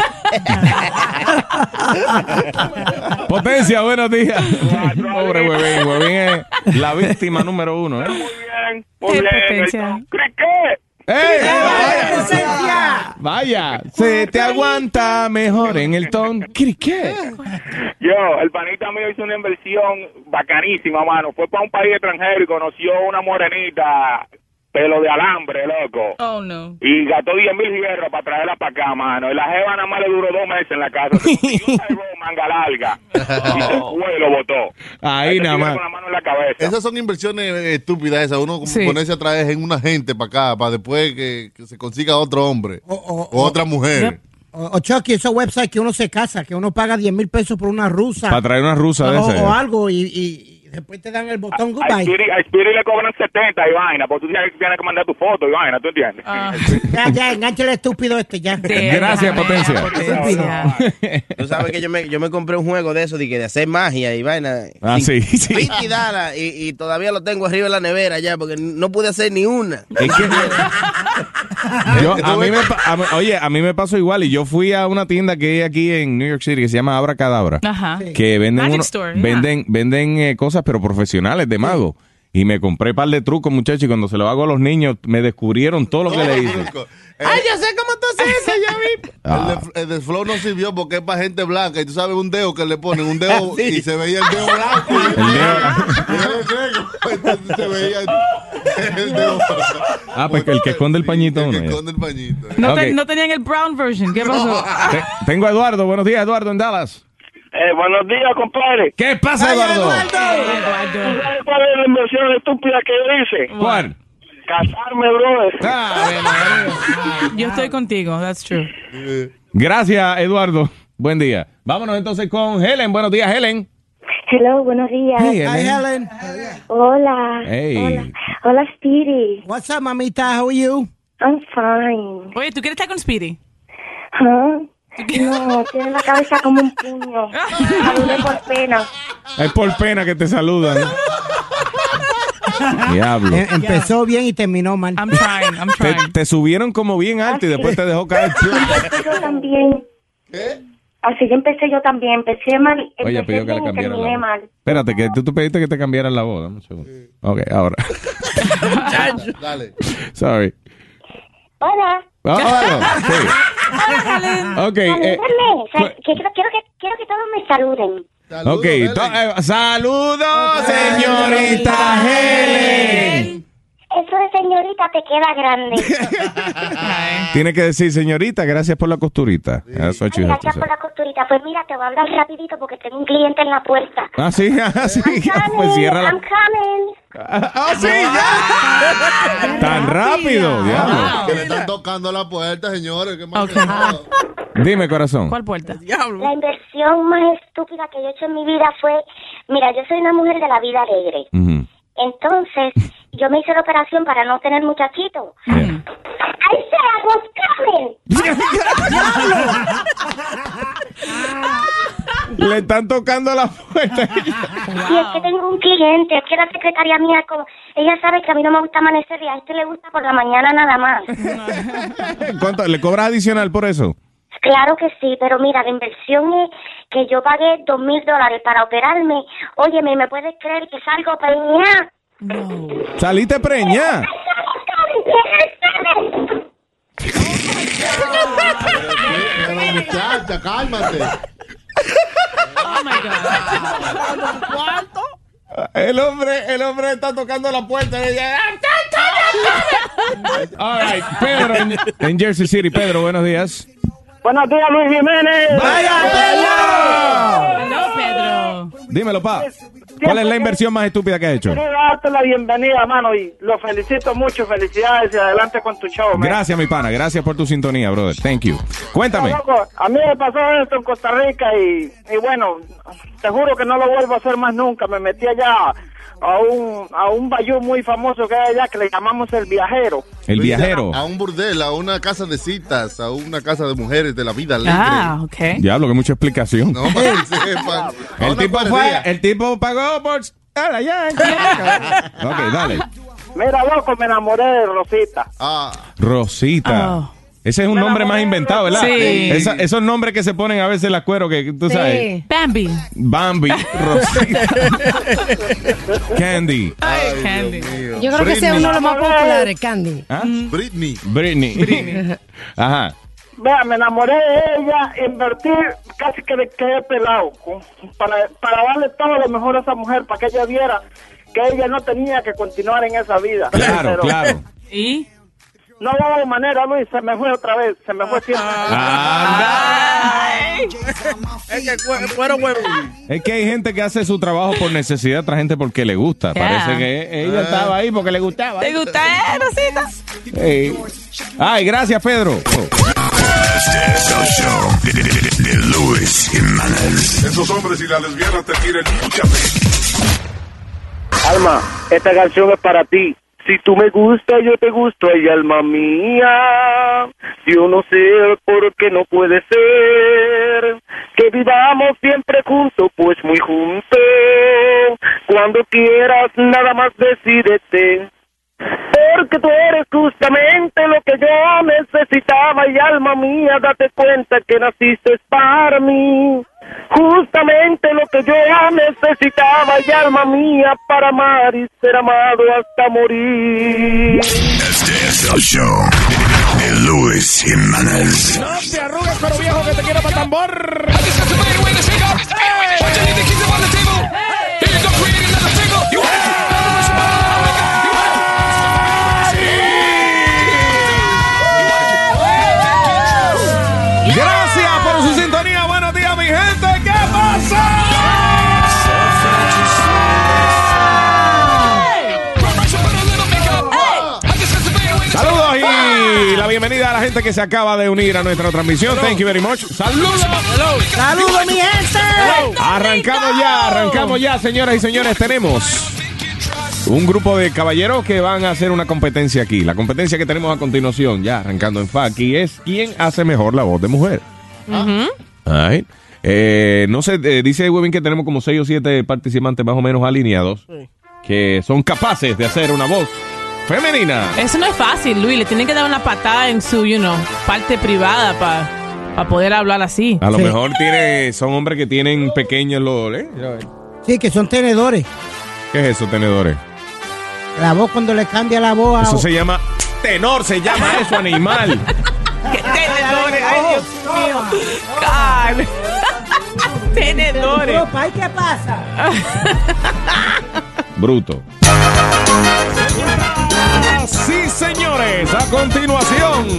Potencia, buenos días. Pobre huevín. Huevín es la víctima número uno, ¿eh? Muy bien, muy Qué bien. potencia. ¿Qué? ¡Ey! Vaya, vaya, se te aguanta mejor en el ton. ¿Qué? Yo, el panita mío hizo una inversión bacanísima, mano. Fue para un país extranjero y conoció una morenita, pelo de alambre, loco. Oh, no. Y gastó diez mil hierros para traerla para acá, mano. Y la jeva nada más le duró dos meses en la casa. Se consiguió un carbón, manga larga. Y se fue y lo botó. Ahí Se nada tira más. con la mano en la cabeza. Esas son inversiones eh, estúpidas esas. Uno como Sí. ponerse a traer en una gente para acá, para después que, que se consiga otro hombre O, o- o otra mujer. o, o Chucky, esos websites que uno se casa, que uno paga diez mil pesos por una rusa. Para traer una rusa de o, ese. o algo y, y- y después te dan el botón A goodbye. Spirit, a Spirit le cobran setenta y vaina, porque tú tienes, tienes que mandar tu foto y vaina, ¿tú entiendes? Ah. Ya, ya, engancha el estúpido este ya. Gracias, Potencia. Potencia. Tú sabes que yo me, yo me compré un juego de eso, de, que de hacer magia y vaina. Ah, sí, sí. veinte dólares, y, y todavía lo tengo arriba en la nevera ya, porque no pude hacer ni una. Es que yo, a mí me, pa- a mí- oye, a mí me pasó igual y yo fui a una tienda que hay aquí en New York City que se llama Abra Cadabra. Ajá. Que venden Magic uno- Store, yeah. venden venden eh, cosas pero profesionales de mago. Y me compré un par de trucos, muchachos, y cuando se lo hago a los niños me descubrieron todo lo que le hice. Ay, yo sé cómo tú haces eso, ya vi. Ah. El, de, el de Flow no sirvió porque es para gente blanca. Y tú sabes un dedo que le ponen, un dedo Sí. y se veía el dedo blanco. El dedo- Entonces se veía el dedo. Ah, pues que el que esconde el pañito. El uno, que ya. esconde el pañito. No, Ok. te- no tenían el brown version. ¿Qué pasó? Te- tengo a Eduardo. Buenos días, Eduardo, en Dallas. Eh, buenos días, compadre. ¿Qué pasa, Eduardo? ¿Sabes cuál es la inversión estúpida que yo hice? ¿Cuál? Casarme, brother. Ah, Yo estoy contigo. That's true. Gracias, Eduardo. Buen día. Vámonos entonces con Helen. Buenos días, Helen. Hello, buenos días. Hey, Helen. Hi, Helen. Hola. Hey. Hola. Hola, Speedy. What's up, mamita? How are you? I'm fine. Oye, ¿tú quieres estar con Speedy? Huh? No, tiene la cabeza como un puño. Saludé por pena. Es por pena que te saludan. Diablo. Em- empezó bien y terminó mal. I'm trying, I'm Te, te subieron como bien alto y después te dejó caer. Empecé yo también. ¿Qué? Así que empecé yo también. Empecé mal. Oye, Empecé pidió que le bien y cambiaran la terminé voz. mal. Espérate, que tú, tú pediste que te cambiaran la voz. Dame un segundo. Ok, ahora. Dale. Sorry. Hola. Oh, hola. Sí. Ok. eh, Salúdenme. Sal- que quiero, quiero que quiero que todos me saluden. ok. to- eh, Saludos, señorita Helen. Eso de señorita te queda grande. Tiene que decir, señorita, gracias por la costurita. That's what you have to Gracias say. por la costurita. Pues mira, te voy a hablar rapidito porque tengo un cliente en la puerta. Ah, sí, ah, sí. I'm coming, Pues cierra I'm la... coming. Ah, sí, ya. Tan rápido, diablo. Que le están tocando la puerta, señores. ¿Qué más? Dime, corazón. ¿Cuál puerta? La inversión más estúpida que yo he hecho en mi vida fue, mira, yo soy una mujer de la vida alegre. Ujú. Entonces, yo me hice la operación para no tener muchachito. Yeah. ¡Ay, se Le están tocando la puerta. Y es que tengo un cliente, es que la secretaria mía, como, ella sabe que a mí no me gusta amanecer y a este le gusta por la mañana nada más. ¿Cuánto? ¿Le cobras adicional por eso? Claro que sí, pero mira, la inversión es que yo pagué dos mil dólares para operarme. Óyeme, ¿me puedes creer que salgo preñada? No. Saliste preñada. Pero muchacha, cálmate. Oh my God. El hombre, el hombre está tocando la puerta y ella... All right, Pedro en, en Jersey City. Pedro, buenos días. Buenos días, Luis Jiménez. ¡Vaya, Pedro! Hello, Pedro. Dímelo, pa. ¿Cuál es la inversión más estúpida que has hecho? Quiero darte la bienvenida, mano, y lo felicito mucho. Felicidades y adelante con tu show, man. Gracias, mi pana. Gracias por tu sintonía, brother. Thank you. Cuéntame. No, loco, a mí me pasó esto en Costa Rica y, y bueno, te juro que no lo vuelvo a hacer más nunca. Me metí allá a un a un bayou muy famoso que hay allá que le llamamos El Viajero. El Viajero. A un burdel, a una casa de citas, a una casa de mujeres de la vida alegre. Ah, ok. Diablo, que mucha explicación. No, para que sepan. A El una tipo fue, cuadrilla. el tipo pagó por... Ah, ya. Ok, dale. Mira, loco, me enamoré de Rosita. Ah, Rosita. Oh. Ese es un Me nombre más enamoré. inventado, ¿verdad? Sí. Esa- esos nombres que se ponen a veces en la cuero que tú sabes. Sí. Bambi. Bambi, Rosita, Candy, Ay, Candy. Dios mío. Yo creo que ese es uno de los más populares, Candy. ¿ah? Britney. Britney. Ajá. Vea, me enamoré de ella, invertí, casi que me quedé pelado con- para, para darle todo lo mejor a esa mujer, para que ella viera que ella no tenía que continuar en esa vida. Claro, Pero claro. ¿Y? no hubo manera, Luis, se me fue otra vez, se me fue siempre. Anda. Es que cu- cuero huevo. Es que hay gente que hace su trabajo por necesidad, otra gente porque le gusta. Yeah. Parece que ella estaba ahí porque le gustaba. ¿Te gusta, eh, Rosita? Ey. Ay, gracias, Pedro. Este es el show de, de- de- de Luis Jiménez. Esos hombres y las lesbianas te tienen mucha fe. Alma, esta canción es para ti. Si tú me gustas, yo te gusto, ay, alma mía. Yo no sé por qué no puede ser que vivamos siempre juntos, pues muy juntos. Cuando quieras, nada más decídete. Porque tú eres justamente lo que yo necesitaba y alma mía, date cuenta que naciste para mí. Justamente lo que yo necesitaba y alma mía para amar y ser amado hasta morir. Este es el show de, de Luis Jiménez. No te arrugues, pero viejo, que te quiero para tambor. Gracias por su sintonía. Buenos días, mi gente. ¿Qué pasa? Saludos y la bienvenida a la gente que se acaba de unir a nuestra transmisión. Thank you very much. ¡Saludos! ¡Saludos, mi gente! Arrancamos ya, arrancamos ya, señoras y señores. Tenemos un grupo de caballeros que van a hacer una competencia aquí. La competencia que tenemos a continuación, ya arrancando en F A Q, es quién hace mejor la voz de mujer. Ujú. All right. Eh, no sé, eh, dice Webin que tenemos como seis o siete participantes más o menos alineados que son capaces de hacer una voz femenina. Eso no es fácil, Luis. Le tienen que dar una patada en su, you know, parte privada para poder hablar así. A lo Sí. mejor tiene, son hombres que tienen pequeños los... ¿eh? Sí, que son tenedores. ¿Qué es eso, tenedores? La voz cuando le cambia la voz a... Eso se llama tenor, se llama eso, animal. ¿Qué tenedores? Ay, Dios mío. God. Tenedores. Ay, ¿qué pasa? Bruto. Sí, señores, a continuación.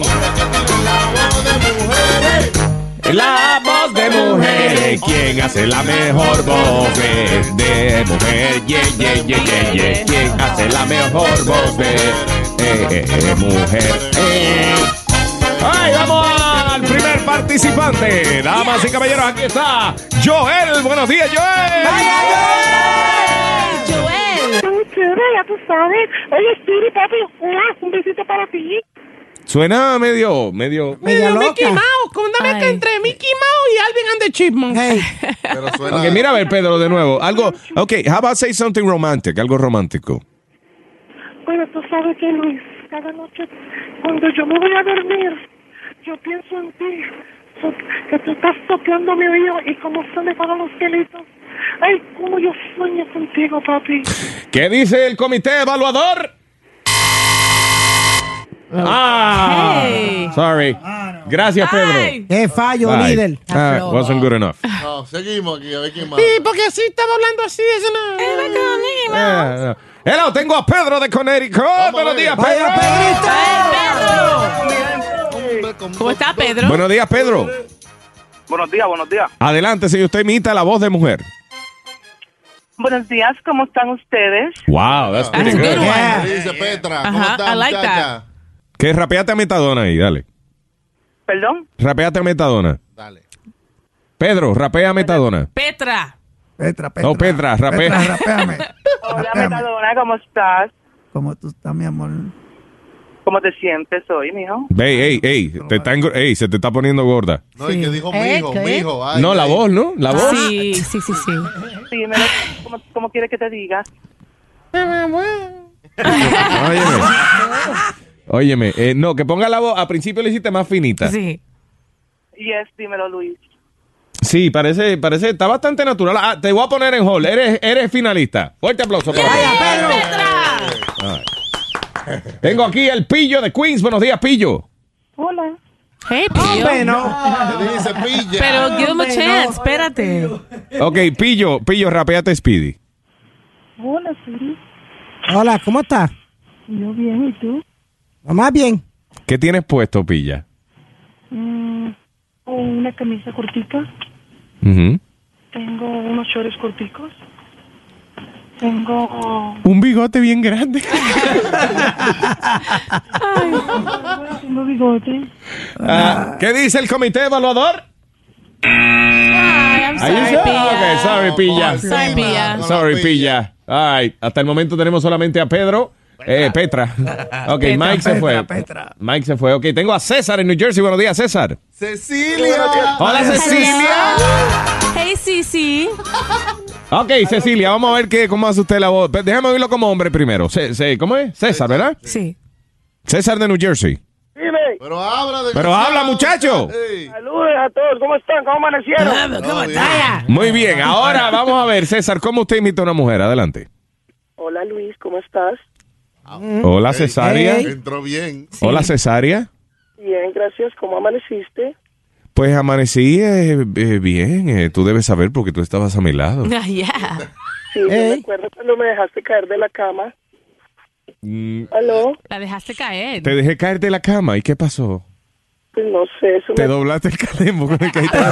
La voz de mujer, ¿quién hace la mejor voz de, de mujer? Yeah, yeah, yeah, yeah, yeah. ¿Quién hace la mejor voz de eh, eh, mujer? Eh. ¡Ay, vamos al primer participante! Damas y caballeros, aquí está Joel. Buenos días, Joel. Joel. Chévere, ya tú sabes. Oye, Stevie, papi, un besito para ti. Suena medio, medio... Media loca. Mickey Mouse, cuéntame que entre Mickey Mouse y Alvin and the Chipmunks. Hey, Pero suena... Ok, mira a ver, Pedro, de nuevo. Algo, ok, how about say something romantic, algo romántico. Bueno, tú sabes que, Luis, cada noche, cuando yo me voy a dormir, yo pienso en ti, so- que tú estás soplando mi oído y cómo se me paran los pelitos. Ay, cómo yo sueño contigo, papi. ¿Qué dice el comité evaluador? Ah, Hey. sorry. Gracias, Pedro. Ay. qué fallo, Bye. líder. Ah, wasn't good enough. No, seguimos aquí, a ver quién más. Sí, porque así estaba hablando así. Eso no. Eh, no. Hello, tengo a Pedro de Connecticut. Buenos ver. días, Pedro. ¿Cómo está, Pedro? Buenos días, Pedro. Buenos días, buenos días. Adelante, si usted imita la voz de mujer. Buenos días, ¿cómo están ustedes? Wow, that's pretty That's a good good. one. ¿Qué dice Petra? ¿Cómo Ajá, está, I like muchacha? Que rapeate a Metadona ahí, dale. ¿Perdón? Rapeate a Metadona. Dale. Pedro, rapea a Metadona. Petra. Petra, Petra. No, Petra, rapea. Petra, rapéame. Hola, Rapéame. Metadona, ¿cómo estás? ¿Cómo tú estás, mi amor? ¿Cómo te sientes hoy, mijo? Ey, ey, ey, te está engor- ey, se te está poniendo gorda. No, y que dijo ¿Eh? mijo, ¿Qué? mijo. Ay, No, la ay. voz, ¿no? La voz. Sí, sí, sí, sí. Dímelo, ¿cómo, cómo quieres que te diga? Óyeme. Óyeme, eh, no, que ponga la voz. Al principio le hiciste más finita. Sí. Yes, dímelo, Luis. Sí, parece, parece, está bastante natural. Ah, te voy a poner en hold. Eres, eres finalista. Fuerte aplauso para ti. Ay. Tengo aquí el Pillo de Queens. Buenos días, Pillo. Hola. Hey, Pillo. Hombre, no. Te dice pilla. Pero give him a Hombre, chance, no. espérate. Ok, Pillo, Pillo, rapeate Speedy. Hola, Siri. Hola, ¿cómo estás? Yo bien, ¿y tú? Más bien. ¿Qué tienes puesto, Pilla? Mm, una camisa cortica. Ujú. Tengo unos shorts corticos. Tengo... Un bigote bien grande. Tengo bigote. Ah, ¿Qué dice el comité evaluador? Ay, I'm Are you sorry, sure? Pilla. Okay, sorry, Pilla. Sorry, Pilla. Sorry, Pilla. All right. Hasta el momento tenemos solamente a Pedro. Eh, Petra. Ok, Petra, Mike se Petra, fue. Petra. Mike se fue. Ok, tengo a César en New Jersey. Buenos días, César. Cecilia. Hola, Cecilia. Hey, Sisi. Ok, Cecilia, vamos a ver qué, cómo hace usted la voz. Pero déjame oírlo como hombre primero. Ce- ce- ¿Cómo es? César, ¿verdad? Sí. César de New Jersey. Dime. Pero habla de Pero habla, muchacho. Hey. Saludos a todos. ¿Cómo están? ¿Cómo amanecieron? ¿Cómo bien. estás? Muy bien, ahora vamos a ver, César, ¿cómo usted imita a una mujer? Adelante. Hola, Luis. ¿Cómo estás? Hola, Cesaria. Hey. Entró bien. Hola, Cesaria. Bien, gracias. ¿Cómo amaneciste? Pues amanecí eh, eh, bien. eh, tú debes saber porque tú estabas a mi lado. Ah, yeah. Sí, yo Hey. me acuerdo cuando me dejaste caer de la cama. Mm, ¿Aló? La dejaste caer. te dejé caer de la cama. ¿Y qué pasó? Pues no sé, eso Te me... doblaste el calembo con el que ahí te,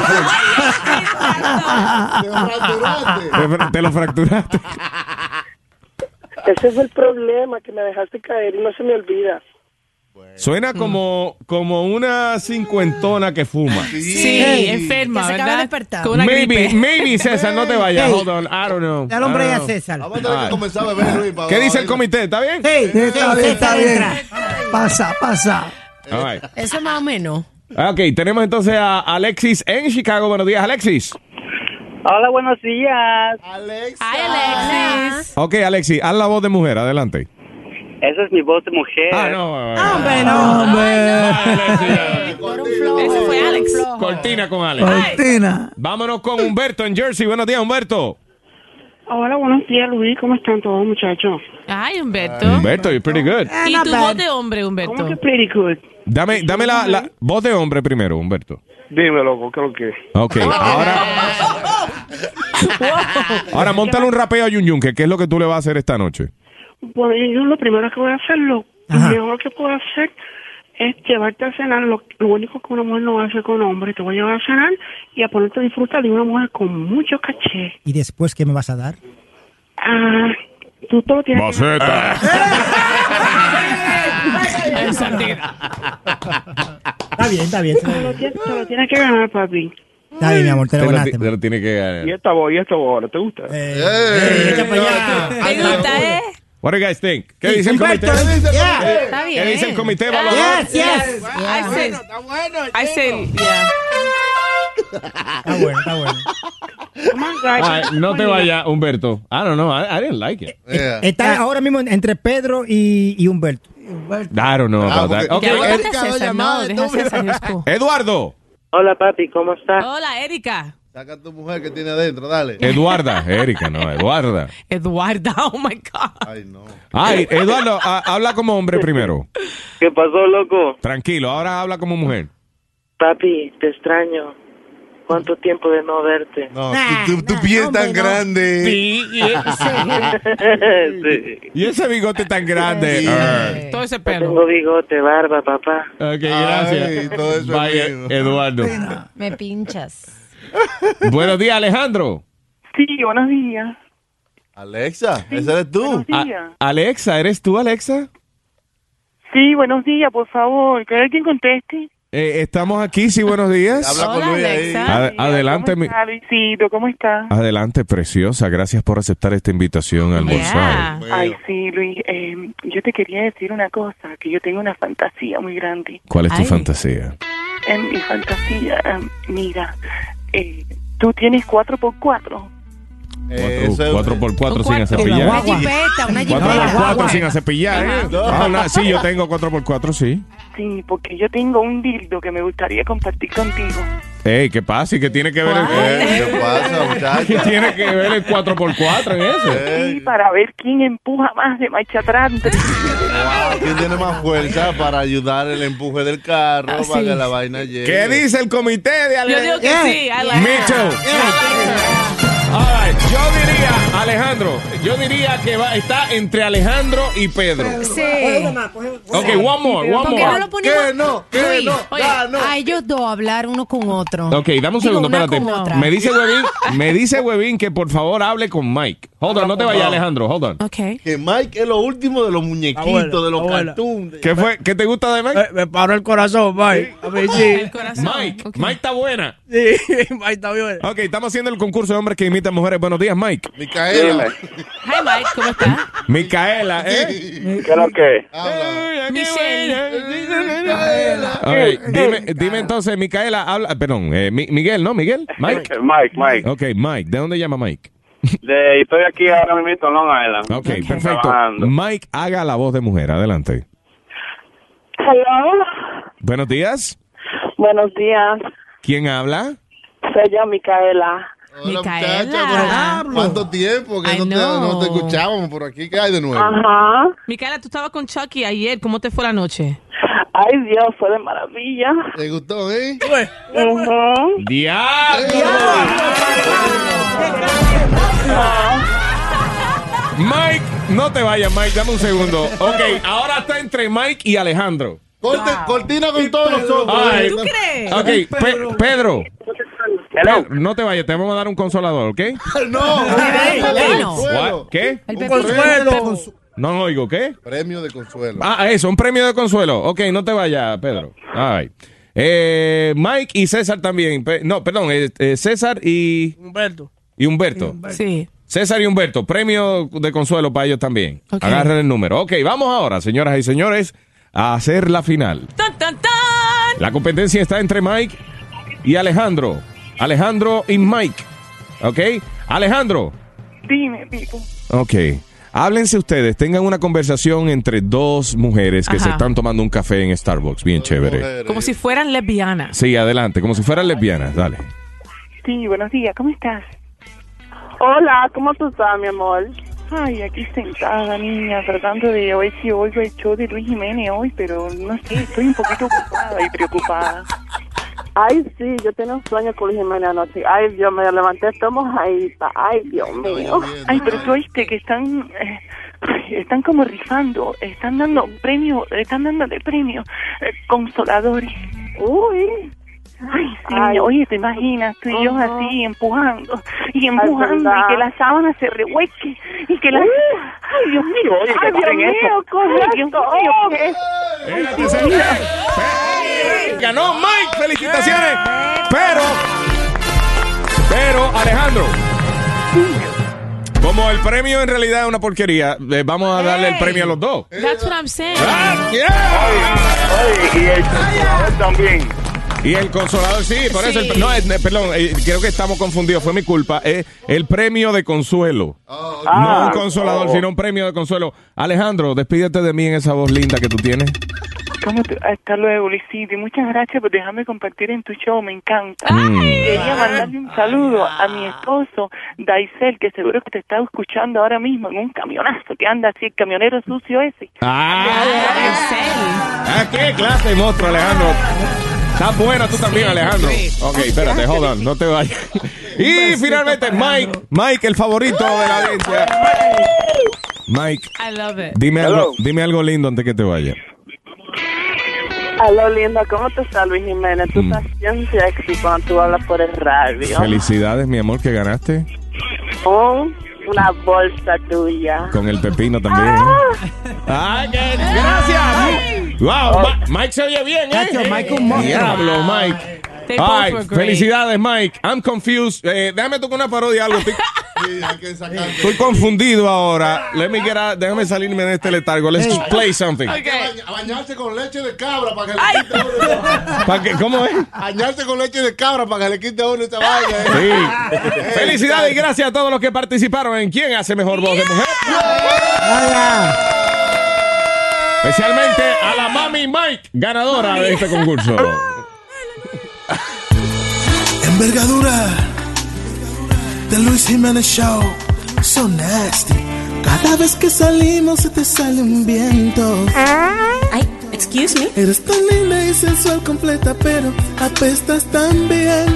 Te fracturaste. te, fra- te lo fracturaste. Ese fue el problema, que me dejaste caer y no se me olvida. Suena como, como una cincuentona que fuma. Sí, enferma, que se acaba de ¿verdad? despertar. Con una Maybe, gripe. maybe, César, no te vayas. Hey. Hold on, I don't know. Dale hombre I a don't know. César. Vamos a tener que comenzar a beber, Luis. para- ¿Qué dice el comité? ¿Está bien? Sí, Sí, está bien, está bien. entra. Pasa, pasa. All right. Eso más o menos. Ok, tenemos entonces a Alexis en Chicago. Buenos días, Alexis. Hola, buenos días. Alex. Ay, Alexis. Ok, Alexis, haz la voz de mujer. Adelante. Esa es mi voz de mujer. Ah, no. Hombre, no, hombre. Ese fue Alex. Cortina con Alex. Cortina. Vámonos con Humberto en Jersey. Buenos días, Humberto. Hola, buenos días, Luis. ¿Cómo están todos, muchachos? Ay, Humberto. Humberto, you're pretty good. ¿Y not tu bad. voz de hombre, Humberto? ¿Cómo que pretty good? Dame, dame la, la voz de hombre primero, Humberto. Dime, loco, ¿qué es lo que es? Ok, ahora. Ahora, montale un rapeo a Yun Yun, que qué es lo que tú le vas a hacer esta noche. Bueno, yo lo primero que voy a hacer, lo Ajá. mejor que puedo hacer es llevarte a cenar. Lo, lo único que una mujer no hace con hombre, te voy a llevar a cenar y a ponerte a disfrutar de una mujer con mucho caché. ¿Y después qué me vas a dar? Ah, tú todo tienes Maceta. Está bien, está bien. que... Te lo, tienes, te lo tienes que ganar, papi. Está bien, mi amor, te lo Te lo, ganaste. ti- te lo tiene que ¿Y ganar. esta voz, y esta voz ahora, te gusta? Eh, eh, echa para allá. ¿Te gusta, eh? What do you guys think? ¿Qué Sí, dice el comité? Humberto, ¿Qué dice el yeah. comité? Está bien. ¿Qué dice el comité evaluador? Yes, yes. I said, Está bueno. I said, yeah. Está bueno, está bueno. Come on, guys. Ay, no te vayas, Humberto. I don't know. I, I didn't like it. Yeah. Está ahora mismo entre Pedro y, y Humberto. I don't know Ah, about that. porque- Ok, Ya Erika, votaste a César, llamada no, de deja a todo. César, Jusco. Eduardo. Hola, papi, ¿cómo estás? Hola, Erika. Saca a tu mujer que tiene adentro, dale. Eduarda. Erika, no, Eduarda. Eduarda, oh my God. Ay, no. Ay, Eduardo, a- habla como hombre primero. ¿Qué pasó, loco? Tranquilo, ahora habla como mujer. Papi, te extraño. ¿Cuánto tiempo de no verte? No, tu, tu, tu pie es tan grande. Sí, y, Sí. y ese bigote tan grande. Ah. Todo ese No pelo. tengo bigote, barba, papá. Ok, gracias. Ay, todo eso Vaya, es mío. Eduardo. Me pinchas. Buenos días, Alejandro. Sí, buenos días. Alexa, ese eres tú. Buenos A- días. Alexa, ¿eres tú, Alexa? Sí, buenos días, por favor. ¿Que alguien conteste? Eh, estamos aquí, sí, buenos días. Habla con Hola, Luis ahí. Alexa. Ad- adelante, ¿Cómo mi, está, Luisito? ¿Cómo está? adelante, preciosa. Gracias por aceptar esta invitación a almorzar. Yeah. Ay, sí, Luis. Eh, yo te quería decir una cosa, que yo tengo una fantasía muy grande. ¿Cuál es tu Ay. fantasía? En mi fantasía, eh, mira, eh, tú tienes cuatro por cuatro. Eh, eso es- Cuatro por cuatro Un sin cuarto. cepillar. Una jipeta, una Cuatro por jipeta. cuatro sin cepillar. ¿eh? Ah, una- sí, yo tengo cuatro por cuatro, sí. Sí, porque yo tengo un dildo que me gustaría compartir contigo. Ey, ¿qué pasa? ¿Y qué tiene que ver el, Eh, ¿Qué pasa, ¿qué muchacha? tiene que ver el cuatro por cuatro en eso? Sí, para ver quién empuja más de marcha atrás. Wow, ¿quién tiene más fuerza para ayudar el empuje del carro Ah, para sí. que la vaina llegue? ¿Qué dice el comité de Yo Alejandro? digo que sí. I like Me it. too. All right, yo diría, Alejandro, yo diría que va, está entre Alejandro y Pedro. Sí. Ok, one more, one ¿Por qué no more. lo ponemos? ¿Qué no? ¿Qué Luis, no? Oye, Ya, no. a ellos dos hablar uno con otro. Ok, dame un Digo, segundo, una espérate. con otra. Me dice Webin, me dice Webin que por favor hable con Mike. Hold on, no te vayas, Alejandro, hold on. Ok. Que Mike es lo último de los muñequitos, Abuela, de los abuela. cartoons. ¿Qué fue? ¿Qué te gusta de Mike? Eh, me paró el corazón, Mike. A mí sí. El corazón. Mike, Ok. Mike está buena. Sí, Mike está bien. Ok, estamos haciendo el concurso de hombres que imitan mujeres. Buenos días, Mike. Micaela. Hi, Mike, ¿cómo estás? Micaela, ¿eh? ¿Qué es lo que? Habla. Michelle. Ok, dime, dime entonces, Micaela, habla, perdón, eh, Mi- Miguel, ¿no? Miguel, Mike. Mike, Mike. Ok, Mike, ¿de dónde llama Mike? De, estoy aquí ahora mismo en Long Island. Ok, perfecto. Trabajando. Mike, haga la voz de mujer, adelante. Hello. Buenos días, Buenos días. ¿quién habla? Soy yo, Micaela. Hola, Micaela. muchacha, pero ¿cuánto tiempo que I no te, know. no te escuchábamos por aquí? ¿Qué hay de nuevo? Ajá. Micaela, tú estabas con Chucky ayer. ¿Cómo te fue la noche? Ay, Dios, fue de maravilla. ¿Te gustó, eh? Ujú. ¡Diablo! Mike, no te vayas, Mike, dame un segundo. Ok, ahora está entre Mike y Alejandro. Corte, cortina con todos los ojos. Ay. ¿Tú crees? Ok, Pe- Pedro. Pedro, no te vayas, te vamos a dar un consolador, ¿ok? No, Ay, un bueno. consuelo. What? ¿Qué? El Un pepino. consuelo. No oigo, ¿qué? Premio de consuelo. Ah, eso, un premio de consuelo. Ok, no te vayas, Pedro. All right. Eh, Mike y César también. Pe- no, perdón, eh, eh, César y... Humberto. Y Humberto. Sí. César y Humberto, premio de consuelo para ellos también. Okay. Agarren el número. Ok, vamos ahora, señoras y señores, a hacer la final. ¡Tan, tan, tan! La competencia está entre Mike y Alejandro. Alejandro y Mike. ¿Ok? Alejandro. Dime, Pipo. Ok. Háblense ustedes, tengan una conversación entre dos mujeres que Ajá. se están tomando un café en Starbucks. Bien chévere. Como si fueran lesbianas. Sí, adelante, como si fueran lesbianas. Dale. Sí, buenos días, ¿cómo estás? Hola, ¿cómo tú estás, mi amor? Ay, aquí sentada, niña, tratando de ver si oigo el show de Luis Jiménez hoy, pero no sé, estoy un poquito ocupada y preocupada. Ay, sí, yo tenía un sueño con Luis Jiménez anoche. Ay, Dios, me levanté estomajadita. Ay, Dios mío. Ay, pero tú oíste que están... Eh, están como rifando, están dando premio, están dándole premio eh, consoladores. Uy. Ay, sí, Ay. oye, te imaginas, tú y yo Ujú. así empujando y empujando verdad. y que la sábana se rehueque y que la... Uy. Ay, Dios mío, oye, Ay, que Dios paren mío, eso. correcto. Ay, Dios mío, ¿qué? Espérate, señor. Ganó Mike, felicitaciones. Pero, pero, Alejandro, como el premio en realidad es una porquería, eh, vamos a darle el premio a los dos. That's what I'm saying. Ah, yeah. Oye, y el consolador también. Y el consolador, sí, por eso, Sí. el, no, eh, perdón, eh, creo que estamos confundidos, fue mi culpa. Es el premio de consuelo. Oh, No Ah, un consolador, oh. sino un premio de consuelo. Alejandro, despídete de mí en esa voz linda que tú tienes. ¿Cómo te- Hasta luego, Luisito, y muchas gracias por dejarme compartir en tu show, me encanta. Mm. Quería mandarle un saludo a mi esposo, Daisel, que seguro que te está escuchando ahora mismo en un camionazo que anda así, el camionero sucio ese. Ah, ah, qué clase de monstruo, Alejandro. Estás buena tú también, Alejandro. Ok, espérate, hold on, no te vayas. Y finalmente, Mike, Mike, el favorito de la audiencia. Mike, I love it. dime Hello. algo, dime algo lindo antes que te vayas. Aló, linda, ¿cómo te está, Luis Jiménez? Tú Mm. estás bien sexy cuando tú hablas por el radio. Felicidades, mi amor, que ganaste. Oh, una bolsa tuya. Con el pepino también. ¡Ay, qué- gracias! ¡Wow! Ma- Mike se oye bien, ¿eh? Chacho, Mike, un monstruo. Diablo, Mike. They both Ay, were great. felicidades, Mike. I'm confused. Eh, déjame tocar una parodia algo. Estoy, Sí, hay que sacar. estoy confundido ahora. Let me get out- déjame salirme de este letargo. Let's just play something. Hay que bañ- a bañarse con leche de cabra para que le quite a uno. ¿Pa' qué? ¿Cómo es? Bañarse con leche de cabra para que le quite a uno esta vaina. ¿eh? Sí. Felicidades y gracias a todos los que participaron en ¿Quién hace mejor voz de mujer? Vaya. Especialmente a la Mami Mike, ganadora de este concurso. Envergadura de Luis Jiménez Show. So nasty. Cada vez que salimos se te sale un viento. Ay, excuse me. Eres tan linda y sensual completa, pero apestas tan bien.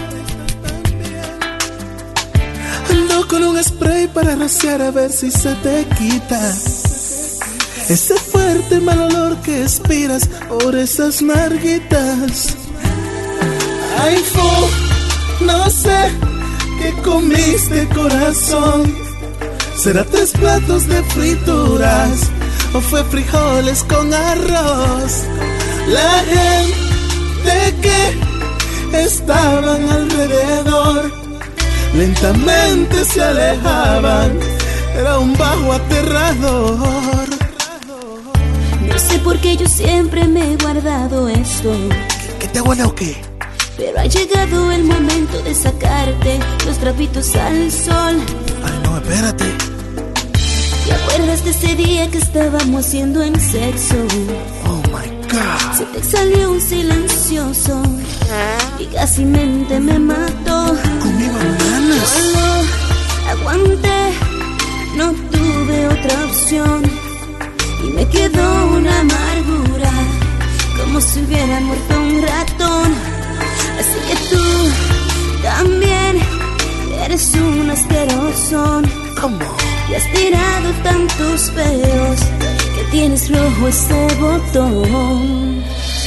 Ando con un spray para rociar a ver si se te quita ese fuerte mal olor que expiras por esas narguitas. Ay, fu, no sé qué comiste, corazón. ¿Será tres platos de frituras o fue frijoles con arroz? La gente que estaban alrededor lentamente se alejaban. Era un bajo aterrador. No sé por qué yo siempre me he guardado esto, ¿Qué te huele o qué? pero ha llegado el momento de sacarte los trapitos al sol. Ay, no, espérate. ¿Te acuerdas de ese día que estábamos haciendo en sexo? Oh my God. Se te salió un silencioso y casi mente me mató. Conmigo ganas. Solo aguanté, no tuve otra opción y me quedó una amargura, como si hubiera muerto un ratón. Así que tú también eres un asqueroso. ¿Cómo? Y has tirado tantos peos que tienes rojo ese botón.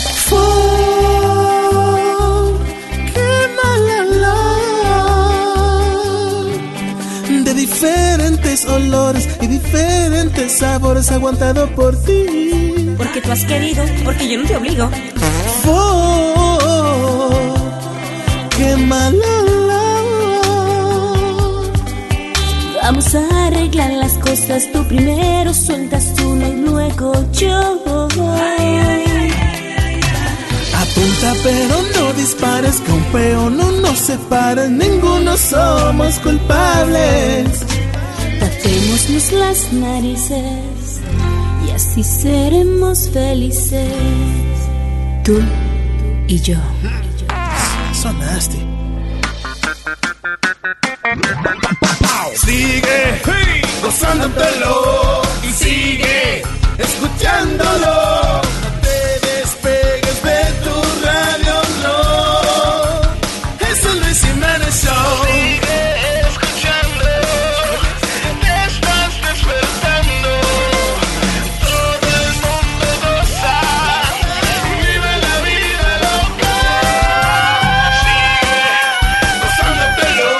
Oh, qué mal olor de diferente colores, olores y diferentes sabores aguantado por ti. Porque tú has querido, porque yo no te obligo. Oh, qué mala. Vamos a arreglar las cosas, tú primero sueltas uno y luego yo. Apunta pero no dispares, que un peón no nos separa, ninguno somos culpables. Tapémonos las narices y así seremos felices, tú y yo. So nasty. Sigue hey, gozándotelo y sigue escuchándolo. No te despegues de tu radio, no. Es el Luis Jiménez Show. Sigue escuchando, te estás despertando. Todo el mundo goza, vive la vida loca. Sigue gozándotelo.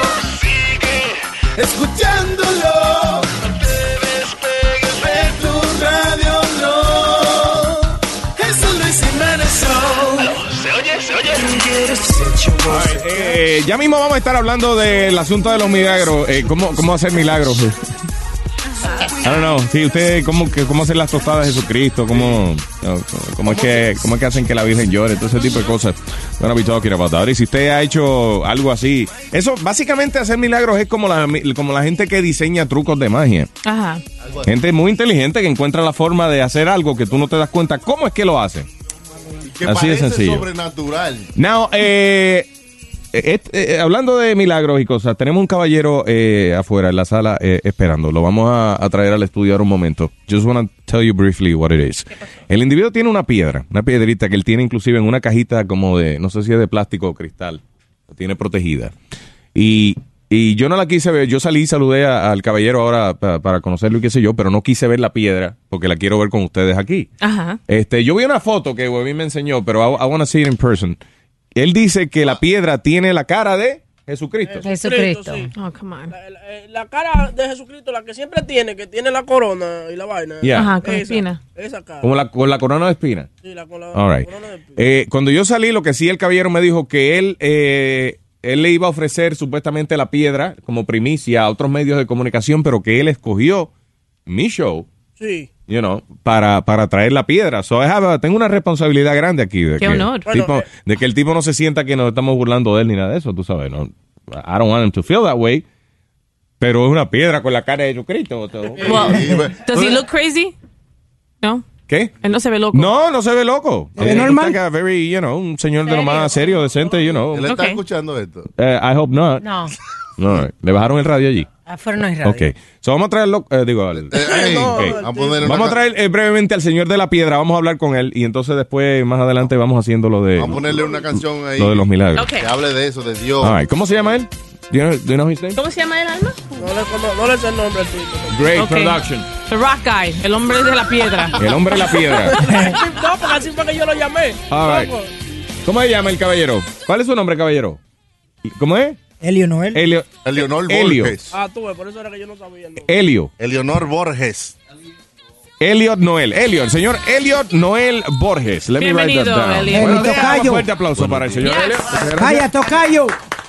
Escuchándolo, no te despegues de tu radio, no. Es el Luis Jiménez Show. Se oye, se oye. Right, eh, ya mismo vamos a estar hablando del asunto de los milagros. Eh, ¿cómo, ¿Cómo hacer milagros? I don't know. Sí, usted, ¿cómo, que, cómo hacer las tostadas de Jesucristo? ¿Cómo, cómo, es que, ¿Cómo es que hacen que la Virgen llore? Todo ese tipo de cosas. Gonna be talking about that. Y si usted ha hecho algo así, eso, básicamente hacer milagros es como la, como la gente que diseña trucos de magia. Ajá. Gente muy inteligente que encuentra la forma de hacer algo que tú no te das cuenta cómo es que lo hace. Que así de parece sencillo. Sobrenatural. Now, eh... Eh, eh, hablando de milagros y cosas, tenemos un caballero eh, afuera en la sala eh, esperando. Lo vamos a, a traer al estudio ahora un momento. Just want to tell you briefly what it is. El individuo tiene una piedra, una piedrita que él tiene inclusive en una cajita como de, no sé si es de plástico o cristal. La tiene protegida. Y, y yo no la quise ver. Yo salí y saludé a, al caballero ahora pa, para conocerlo y qué sé yo, pero no quise ver la piedra porque la quiero ver con ustedes aquí. Ajá. Este, yo vi una foto que Webby me enseñó, pero I, I want to see it in person. Él dice que la piedra tiene la cara de Jesucristo. Jesucristo. Sí. Oh, come on. La, la, la cara de Jesucristo, la que siempre tiene, que tiene la corona y la vaina. Yeah. Ajá, con esa, espina. Esa cara. Como la, con la corona de espina. Sí, la, con la, All right. la corona de espina. Eh, cuando yo salí, lo que sí el caballero me dijo que él, eh, él le iba a ofrecer supuestamente la piedra como primicia a otros medios de comunicación, pero que él escogió mi show. Sí. You know, para, para traer la piedra. So I have a, tengo una responsabilidad grande aquí. De Qué que honor. Tipo, Bueno, eh. de que el tipo no se sienta que nos estamos burlando de él ni nada de eso, tú sabes. No, I don't want him to feel that way. Pero es una piedra con la cara de Jesucristo. Well, does he look crazy? No. ¿Qué? Él no se ve loco. No, no se ve loco. ¿Se ve Eh, normal? looks like a very, you know, un señor de lo más serio, decente, you know. ¿Él está Okay. escuchando esto? Eh, I hope not. No, All right. ¿Le bajaron el radio allí? afuera no hay radio. Ok. So vamos a traerlo, eh, digo, al- Eh, hey, no, ok, no, vamos a ponerle vamos una a traer eh, brevemente al señor de la piedra, vamos a hablar con él y entonces después, más adelante, vamos haciendo lo de, Vamos a ponerle una canción ahí lo de los milagros. Ok. que hable de eso, de Dios. All right. ¿Cómo se llama él? Do you know, do you know his name? ¿Cómo se llama el alma? No le, cono- no le sé el nombre al tipo. Great Ok. Production. The Rock Guy, el hombre de la piedra. El hombre de la piedra. No, porque así fue que yo lo llamé. All right. Loco. ¿Cómo se llama el caballero? ¿Cuál es su nombre, caballero? ¿Cómo es? Elio Noel. Elio. Eleonor Elio. Borges. Ah, tú ves, por eso era que yo no sabía el nombre. Elio. Eleonor Borges. Elliot Noel. Elliot, el señor Elliot Noel Borges. Let me write Bienvenido, that down. Elliot. Buenos Eh, días, tocayo. un fuerte aplauso para el señor Yes. Elliot. Muchas gracias. Calla, tocayo.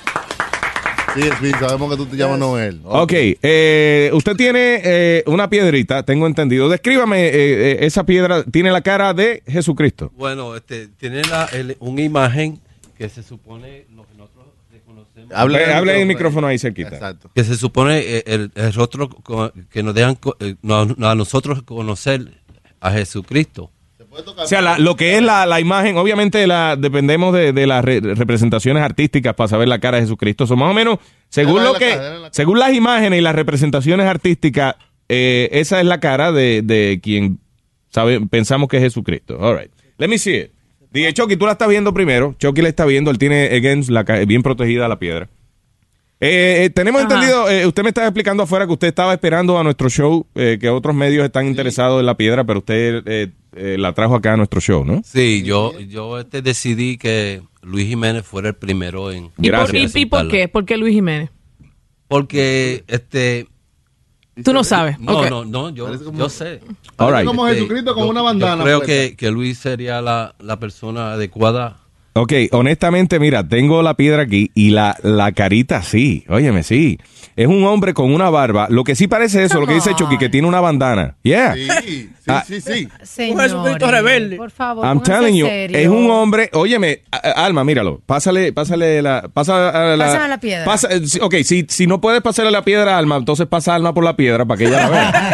Sí, sí, sabemos que tú te llamas Noel. Ok, eh, usted tiene eh, una piedrita, tengo entendido. Descríbame, eh, eh, esa piedra tiene la cara de Jesucristo. Bueno, este, tiene la, el- una imagen que se supone lo que nosotros reconocemos. Hable, hable en el micrófono ahí cerquita. Exacto. Que se supone eh, el, el rostro co- que nos dejan co- eh, no- a nosotros conocer a Jesucristo. O sea, la- lo que es la, la imagen, obviamente la, dependemos de, de las re- representaciones artísticas para saber la cara de Jesucristo. So, más o menos, según Dale lo la que, cara, dale la cara. según las imágenes y las representaciones artísticas, eh, esa es la cara de, de quien sabe, pensamos que es Jesucristo. All right. Let me see it. Dije, Chucky, tú la estás viendo primero. Chucky la está viendo. Él tiene, again, la, ca- bien protegida la piedra. Eh, eh, tenemos Ajá. entendido, eh, usted me estaba explicando afuera que usted estaba esperando a nuestro show, eh, que otros medios están interesados en la piedra, pero usted eh, eh, la trajo acá a nuestro show, ¿no? Sí, yo, yo este, decidí que Luis Jiménez fuera el primero en ¿Y por, y- presentarla. y por qué? ¿Por qué Luis Jiménez? Porque este Tú no sabes. No, Okay. no, no, yo, yo sé. All right. Como Jesucristo con yo, una bandana. Yo creo puesta. que, que Luis sería la, la persona adecuada. Ok, honestamente, mira, tengo la piedra aquí y la, la carita sí, óyeme, sí. Es un hombre con una barba. Lo que sí parece eso, lo que dice Chucky, que tiene una bandana. Yeah. Sí, sí, Ah, sí, sí. Señores, rebelde. por favor, I'm pónganse telling you, serio. es un hombre, óyeme, a- a- Alma, míralo, pásale, pásale la, pasa a la, Pásame la piedra. pasa- eh, si- ok, si, si no puedes pasarle la piedra a Alma, entonces pasa Alma por la piedra para que ella la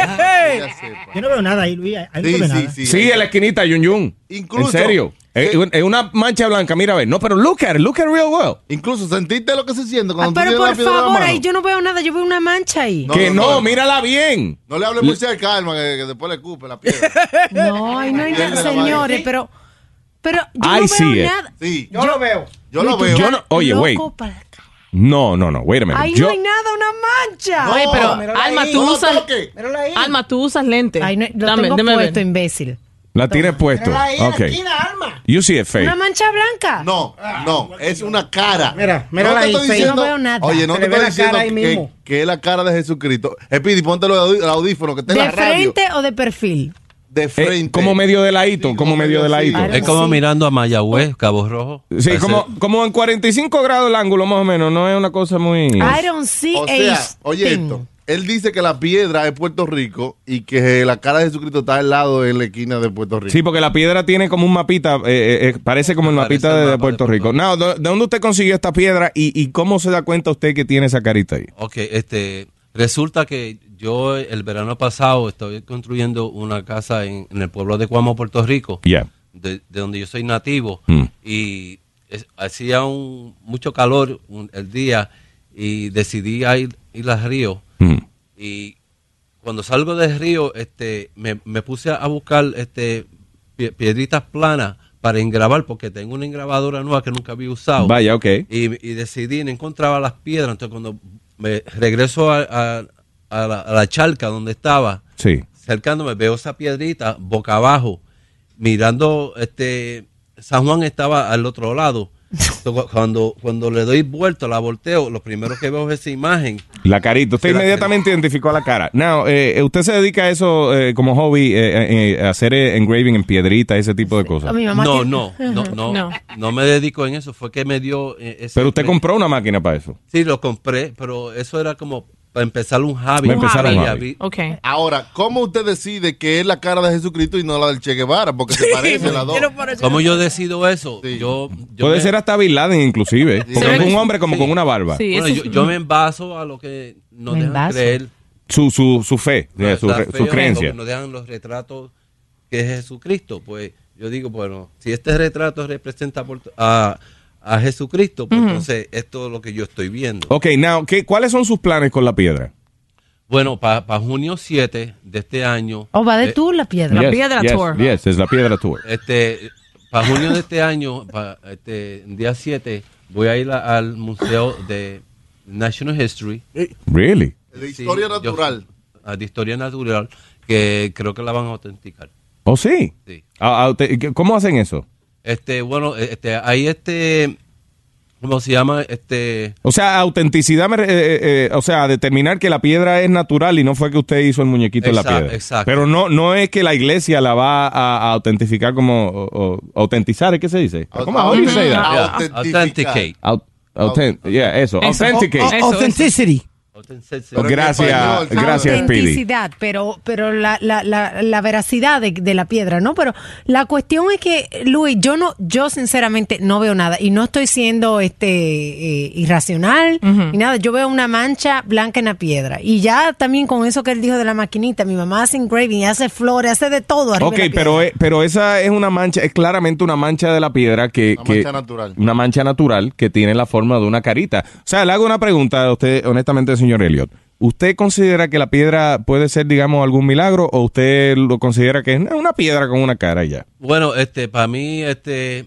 vea. Yo no veo nada ahí, Luis. Ahí no se ve nada. Sí, en la esquinita, Yun Yun. Incluso- En serio. Es es una mancha blanca, mira a ver. No, pero look at it, look at it real well. Incluso sentiste lo que se siente Ah, cuando tú pero tienes por la piedra en la favor, mano. ahí yo no veo nada, yo veo una mancha ahí. que no, mírala bien. No le hables muy cerca, Alma, que, que después le escupe la piedra. No, ahí no hay Pierde nada, la señores, vaina. pero, pero yo I no see veo it. nada. Sí, Yo lo veo. yo lo Luis, tú veo. Yo estás no- oye, loco wait. para- No, no, no, wait a minute. Ahí Yo- no hay nada, una mancha. Oye, pero mírala Alma, ahí. tú No lo usas, toques. Mírala ahí. Alma, tú usas lentes. Ahí no, lo Dame, tengo déme puesto, ver. imbécil. la tienes puesto. Mírala ahí en la Ok. esquina, Alma. You see it fake. Una mancha blanca. No, no, es una cara. Mira, no mírala te ahí, estoy fake. diciendo, No veo nada. Oye, no Se te le ve estoy la diciendo cara ahí que, mismo. que es la cara de Jesucristo. Espidi, ponte el audí- el audífono que está en ¿De la radio. frente o de perfil? De Eh, frente. como medio de ladito, Sí, como como medio de medio ladito. así. Es como sí. mirando a Mayagüez, Cabo Rojo. Sí, Parece- como, como en cuarenta y cinco grados el ángulo más o menos, no es una cosa muy... I don't see O a sea, oye thing. esto. Él dice que la piedra es Puerto Rico y que la cara de Jesucristo está al lado en la esquina de Puerto Rico. Sí, porque la piedra tiene como un mapita, eh, eh, eh, parece como el Parece mapita el de, mapa de de Puerto Puerto Rico. No, ¿de, de dónde usted consiguió esta piedra y, y cómo se da cuenta usted que tiene esa carita ahí? Ok, este, resulta que yo el verano pasado estoy construyendo una casa en, en el pueblo de Cuamo, Puerto Rico, Yeah. de, de donde yo soy nativo, Mm. y es- hacía un, mucho calor un- el día y decidí a ir, ir al río. Mm. Y cuando salgo del río, este, me, me puse a buscar este, pie- piedritas planas para engravar, porque tengo una engrabadora nueva que nunca había usado. Vaya, ok. Y, y decidí, no encontraba las piedras. Entonces, cuando me regreso a, a- a la, a la charca donde estaba, Sí. cercándome, veo esa piedrita boca abajo, mirando, este, San Juan estaba al otro lado. Entonces, cuando, cuando le doy vuelta, la volteo, lo primero que veo es esa imagen. La carita. Usted Sí, la inmediatamente identificó la cara. Now, eh, ¿usted se dedica a eso eh, como hobby, eh, eh, eh, a hacer eh, engraving en piedrita, ese tipo de cosas? A mi mamá No, tiene- no, no, no, No. no me dedico en eso. Fue que me dio eh, ese- Pero usted compró una máquina para eso. Sí, lo compré, pero eso era como para empezar un hobby. Para empezar un Y hobby. habí- Ok. Ahora, ¿cómo usted decide que es la cara de Jesucristo y no la del Che Guevara? Porque se parecen las dos. ¿Cómo yo decido eso? Yo, yo Puede me- ser hasta Bin Laden inclusive. Sí. Porque Sí. es un hombre como Sí. con una barba. Sí, Bueno, eso yo, es- yo me envaso a lo que nos Me dejan envaso. creer. Su, su, su fe, eh, su, la re- fe, su o creencia. lo que nos dejan los retratos que es Jesucristo. Pues yo digo, bueno, si este retrato representa por- a, a Jesucristo, pues Ujú. entonces esto es lo que yo estoy viendo. Ok, now, ¿qué, ¿cuáles son sus planes con la piedra? Bueno, para junio siete de este año. O va de eh, tú la piedra. La piedra yes, tour. Yes, es la piedra tour. Este, para junio de este año, para este día siete, voy a ir a- al Museo de National History. Really? De historia Sí, yo- natural. ah, de historia natural, que creo que la van a autenticar. ¿Oh, sí? Sí. Ah, ah, usted- ¿Cómo hacen eso? Este, bueno, este, hay este, ¿cómo se llama? Este, O sea, autenticidad, me re- eh, eh, o sea, determinar que la piedra es natural y no fue que usted hizo el muñequito de la Exacto, piedra. exacto. Pero no no es que la iglesia la va a, a autentificar como, o, o- autentizar, ¿qué se dice? ¿Cómo how do you say that? yeah, Autentificar. authenticate. Aut- autent- yeah, eso, Eso. authenticate. Eso, eso. Authenticity. Authenticate. Pero en Gracias, español, gracias, Speedy. Autenticidad, pero, pero la, la, la, la veracidad de, de la piedra, ¿no? Pero la cuestión es que, Luis, yo no, yo sinceramente no veo nada y no estoy siendo este eh, irracional Ujú. ni nada. Yo veo una mancha blanca en la piedra y ya también con eso que él dijo de la maquinita, mi mamá hace engraving, hace flores, hace de todo arriba Ok, de la piedra. pero, eh, pero esa es una mancha, es claramente una mancha de la piedra que... Una que- mancha natural. Una mancha natural que tiene la forma de una carita. O sea, le hago una pregunta a usted, honestamente, señor Elliot. ¿Usted considera que la piedra puede ser, digamos, algún milagro o usted lo considera que es una piedra con una cara y ya? Bueno, este, para mí, este,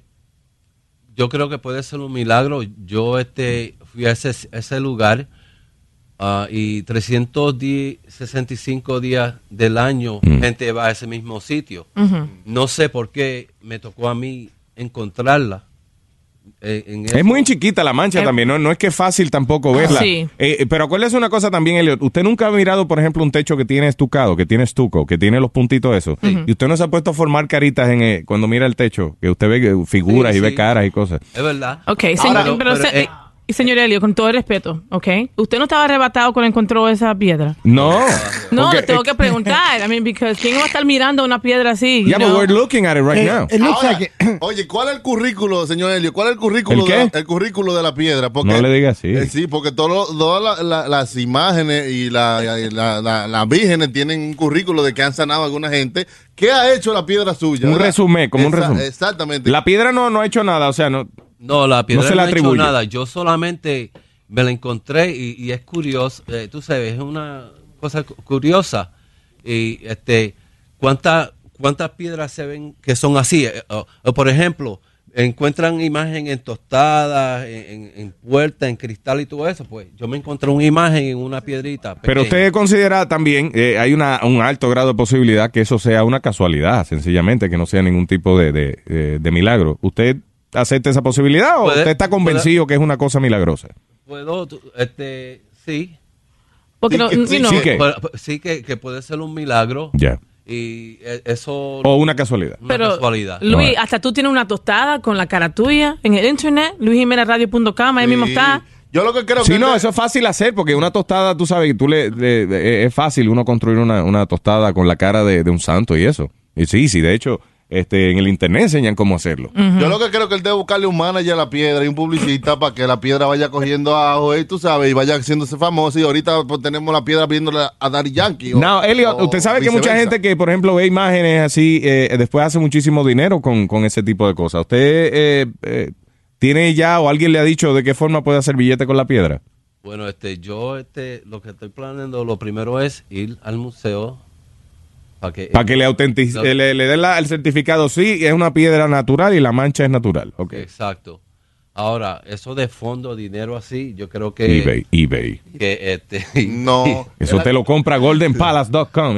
yo creo que puede ser un milagro. Yo, este, fui a ese, ese lugar ah, y trescientos sesenta y cinco días del año Mm. gente va a ese mismo sitio. Ujú. No sé por qué me tocó a mí encontrarla. eh, en Es eso- muy chiquita la mancha Eh, también, no, no es que es fácil tampoco verla. Sí. Eh, pero acuérdese una cosa también, Elliot. Usted nunca ha mirado, por ejemplo, un techo que tiene estucado, que tiene estuco, que tiene los puntitos esos. Y usted no se ha puesto a formar caritas en eh, cuando mira el techo, que usted ve eh, figuras Sí, y ve sí. caras y cosas. Es verdad. Ok, señor, Ahora, pero, pero, se- eh, y señor Elio, con todo el respeto, ¿ok? ¿Usted no estaba arrebatado cuando encontró esa piedra? No. No, Porque- le tengo que preguntar. I mean, because ¿quién va a estar mirando una piedra así? you Yeah, but know? we're looking at it right now. Ahora, oye, ¿cuál es el currículo, señor Elio? ¿Cuál es el currículo, ¿El qué? De, la, el currículo de la piedra? Porque, No le diga así. eh, sí, porque todo- todas la- la- las imágenes y la- y la- la- las vírgenes tienen un currículo de que han sanado a alguna gente. ¿Qué ha hecho la piedra suya? Un verdad? resumen, como un Esa- resumen. Exactamente. La piedra no, no ha hecho nada, o sea, no. No, la piedra no no, se le ha hecho atribuye. nada. Yo solamente me la encontré y, y es curioso. eh, tú sabes, es una cosa cu- curiosa. Y este, ¿cuántas cuántas piedras se ven que son así? Eh, o- o, por ejemplo, encuentran imagen en tostadas, en, en, en puertas, en cristal y todo eso. Pues yo me encontré una imagen en una piedrita. Pero pequeña. usted considera también, eh, hay una, un alto grado de posibilidad que eso sea una casualidad, sencillamente, que no sea ningún tipo de, de, de- de milagro. ¿Usted acepta esa posibilidad o Puede- usted está convencido que es una cosa milagrosa? Puedo, tú- este, sí. Porque no, sí, you know- ¿Sí que? Pu- pu- sí que, que puede ser un milagro. Ya. Y eh, eso... O una casualidad. Una Pero, casualidad. Luis, Right. hasta tú tienes una tostada con la cara tuya en el internet, luis jiménez radio punto com, ahí mismo está. Yo lo que creo Sí, que... no, eso es fácil hacer porque una tostada, tú sabes, tú le, le- le- es fácil uno construir una, una tostada con la cara de, de un santo y eso. Y sí, sí, de hecho, este, en el internet enseñan cómo hacerlo. Yo lo que creo que él debe buscarle un manager a la piedra y un publicista para que la piedra vaya cogiendo ajo, y tú sabes, y vaya haciéndose famosa. Y ahorita pues, tenemos la piedra viéndola a Daddy Yankee. o- No, Elliot, o usted sabe que mucha viceversa. gente que, por ejemplo, ve imágenes así, eh, después hace muchísimo dinero con, con ese tipo de cosas. ¿Usted eh, eh, tiene ya o alguien le ha dicho de qué forma puede hacer billete con la piedra? Bueno, este, yo, este, lo que estoy planeando, lo primero es ir al museo para que, Para que le, autentic No. eh, le, le den la- el certificado, sí, es una piedra natural y la mancha es natural. Ok. Exacto. Ahora, eso de fondo, dinero así, yo creo que... eBay, eBay. Que este... No. Eso te lo compra golden palace punto com.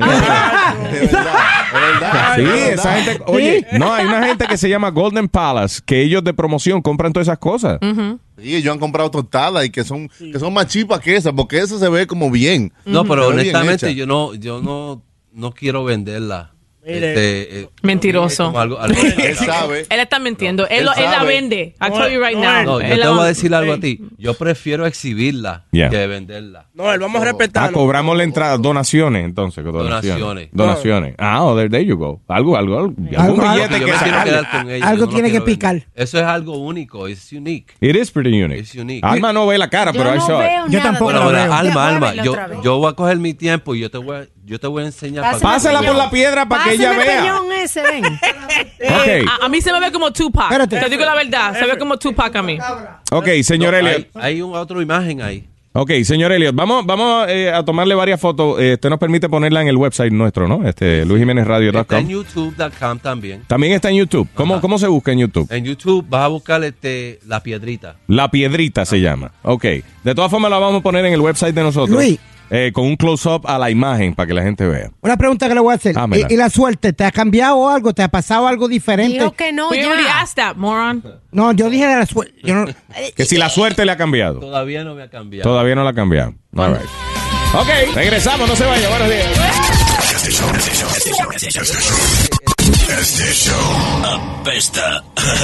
Sí, esa gente, oye, no, hay una gente que se llama Golden Palace, que ellos de promoción compran todas esas cosas. Sí, ellos han comprado tostadas y que son, que son más chipas que esas, porque esa se ve como bien. No, pero Se ve bien honestamente hecha. yo no, yo no, no quiero venderla. Mire. Este, eh, Mentiroso. como algo- algo- Él sabe. Él está mintiendo. él, Él lo- él la sabe. vende. I No, tell you right no, now. No, yo Él te la- voy a decir algo a ti. Yo prefiero exhibirla Yeah. que venderla. No, él vamos a Ah, respetar. cobramos la entrada, donaciones entonces. que Donaciones. Donaciones. Donaciones. Ah, oh, there, there you go. Algo, algo, algo. Algo- algún algo billete que yo que me quiero sacarle. quedar con ella, Algo yo no la tiene que quiero picar. vender. Eso es algo único, es unique. It is pretty unique. It's unique. Alma no ve la cara, Yo pero I no saw it. veo Yo nada tampoco de Bueno, la eso. bueno, veo. alma, Devuélvela alma. Yo, otra vez. yo voy a coger mi tiempo y yo te voy a, yo te voy a enseñar. para que- Pásala por la piedra para que ella Pásame el vea. peñón ese, ven. Ok, A, a mí se me ve como Tupac. Espérate. Te digo la verdad, se ve como Tupac a mí. ok, señor No, Elliot. hay, hay una otra imagen ahí. Ok, señor Elliot, vamos, vamos eh, a tomarle varias fotos. Eh, usted nos permite ponerla en el website nuestro, ¿no? Este, luis jiménez radio punto Está en com. youtube punto com también. También está en YouTube. ¿Cómo, ¿Cómo se busca en YouTube? En YouTube vas a buscar este, la piedrita. La Piedrita se llama. Ok. De todas formas, la vamos a poner en el website de nosotros. Luis. Eh, con un close-up a la imagen para que la gente vea. Una pregunta que le voy a hacer. Hámela. ¿Y, y la suerte? ¿Te ha cambiado algo? ¿Te ha pasado algo diferente? Dijo que no, We already ya. asked that, moron. No, yo dije de la suerte. Yo no- Que si la suerte le ha cambiado. Todavía no me ha cambiado. Todavía no la ha cambiado. All right. Ok, regresamos, no se vaya. Buenos días. Este show, este show, este show, este show, este show. Este show apesta.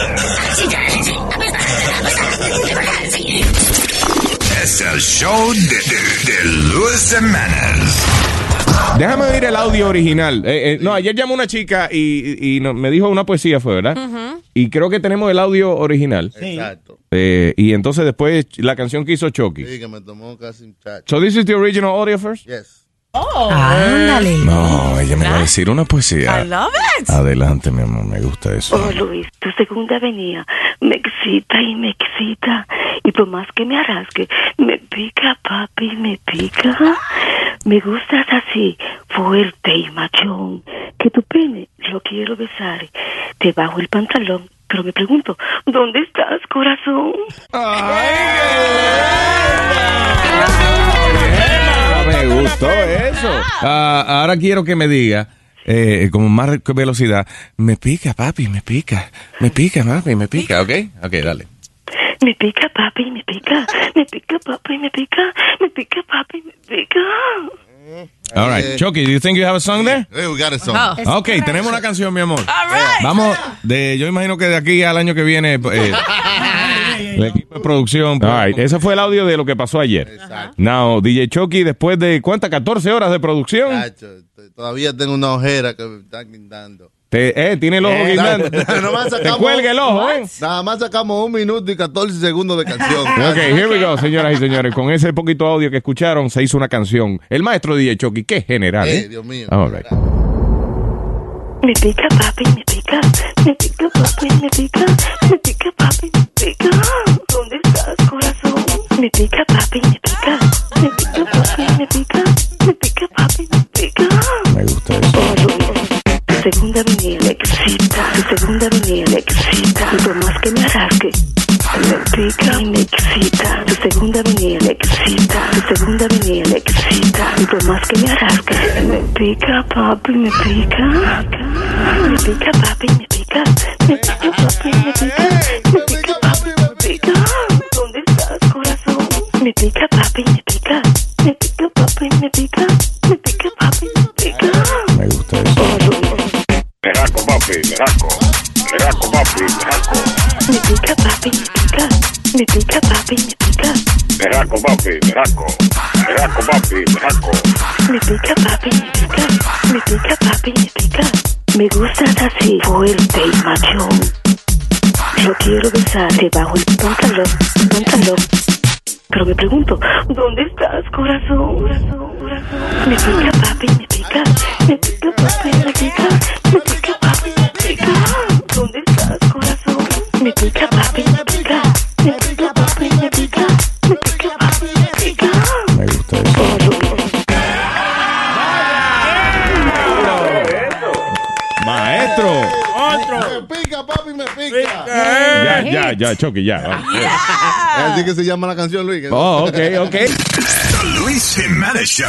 Es el show de, de, de Luis Jiménez. Déjame oír el audio original. Eh, eh, no, ayer llamó una chica y, y no- me dijo una poesía, fue, ¿verdad? Y creo que tenemos el audio original. Exacto. Eh, y entonces después la canción que hizo Chucky. Sí, que me tomó casi un chacho. So this is the original audio first? Yes. Ándale. No, ella me va a decir una poesía. I love it. Adelante, mi amor, me gusta eso. Oh, Luis, tu segunda venida me excita y me excita. Y por más que me arrasque, me pica, papi, me pica. Me gustas así, fuerte y machón. Que tu pene lo quiero besar. Te bajo el pantalón, pero me pregunto, ¿dónde estás, corazón? Me gustó eso. Ah, ahora quiero que me diga, eh, con más velocidad, me pica, papi, me pica, me pica, papi, me pica, ¿ok? Ok, dale. Me pica, papi, me pica. Me pica, papi, me pica. Me pica, papi, me pica. All right, Chucky, do you think you have a song there? Hey, we got a song. Oh. Ok, tenemos una canción, mi amor. All right. Vamos, de, yo imagino que de aquí al año que viene, eh, el equipo de producción. All right, ese fue el audio de lo que pasó ayer. Exacto. Now, D J Chucky, después de, ¿cuántas? catorce horas de producción. Chacho, todavía tengo una ojera que me está guindando. Te, eh, tiene el ojo Eh, guindando. nada más Te sacamos- cuelga el ojo, ¿eh? Nada más sacamos un minuto y catorce segundos de canción. Ok, here we go, señoras y señores. Con ese poquito audio que escucharon, se hizo una canción. El maestro D J Chucky, qué general, ¿eh? Eh, Dios mío. All right. Me pica, papi, me pica. Me pica, papi, me pica. Me pica, papi, me pica. ¿Dónde estás, corazón? Me pica, papi, me pica. Me pica, papi, me pica. Me pica, papi, me pica. Me gusta eso. Tu segunda venida me excita. Tu segunda venida me excita. Y por más que me arrasque, me pica y me excita. Tu segunda venida me excita. Tu segunda venida me excita. Y por más que me arrasque, me pica, papi, me pica. Me pica, papi, me pica. Me pica, papi, me pica. Me pica, papi, me pica. ¿Dónde estás, corazón? Me pica, papi, me pica. Me pica, papi, me pica. Me pica, papi, me pica. Me gusta eso. Meraco, papi, meraco. Meraco, papi, meraco. Me pica, papi, me pica. Me pica, papi, me pica. Meraco, papi, meraco. Meraco, papi, meraco. Me pica, papi, me pica. Me pica, papi, me pica. Me gustas así, fuerte y machón. Yo quiero besar debajo el pantalón, pantalón. Pero me pregunto, ¿dónde estás, corazón? Corazón, corazón. Me pica, papi, me pica. Me pica, papi, me pica. Me pica, papi, me pica. ¿Dónde estás, corazón? Me pica, papi, me pica. Me pica, papi, me pica. Me pica, papi, me pica. Me gusta eso. Maestro. Me pica, papi, me pica. Ya, ya, ya, Chucky, ya. vamos. Así que se llama la canción, Luis. Oh, ok, ok. The Luis Jimenez Show.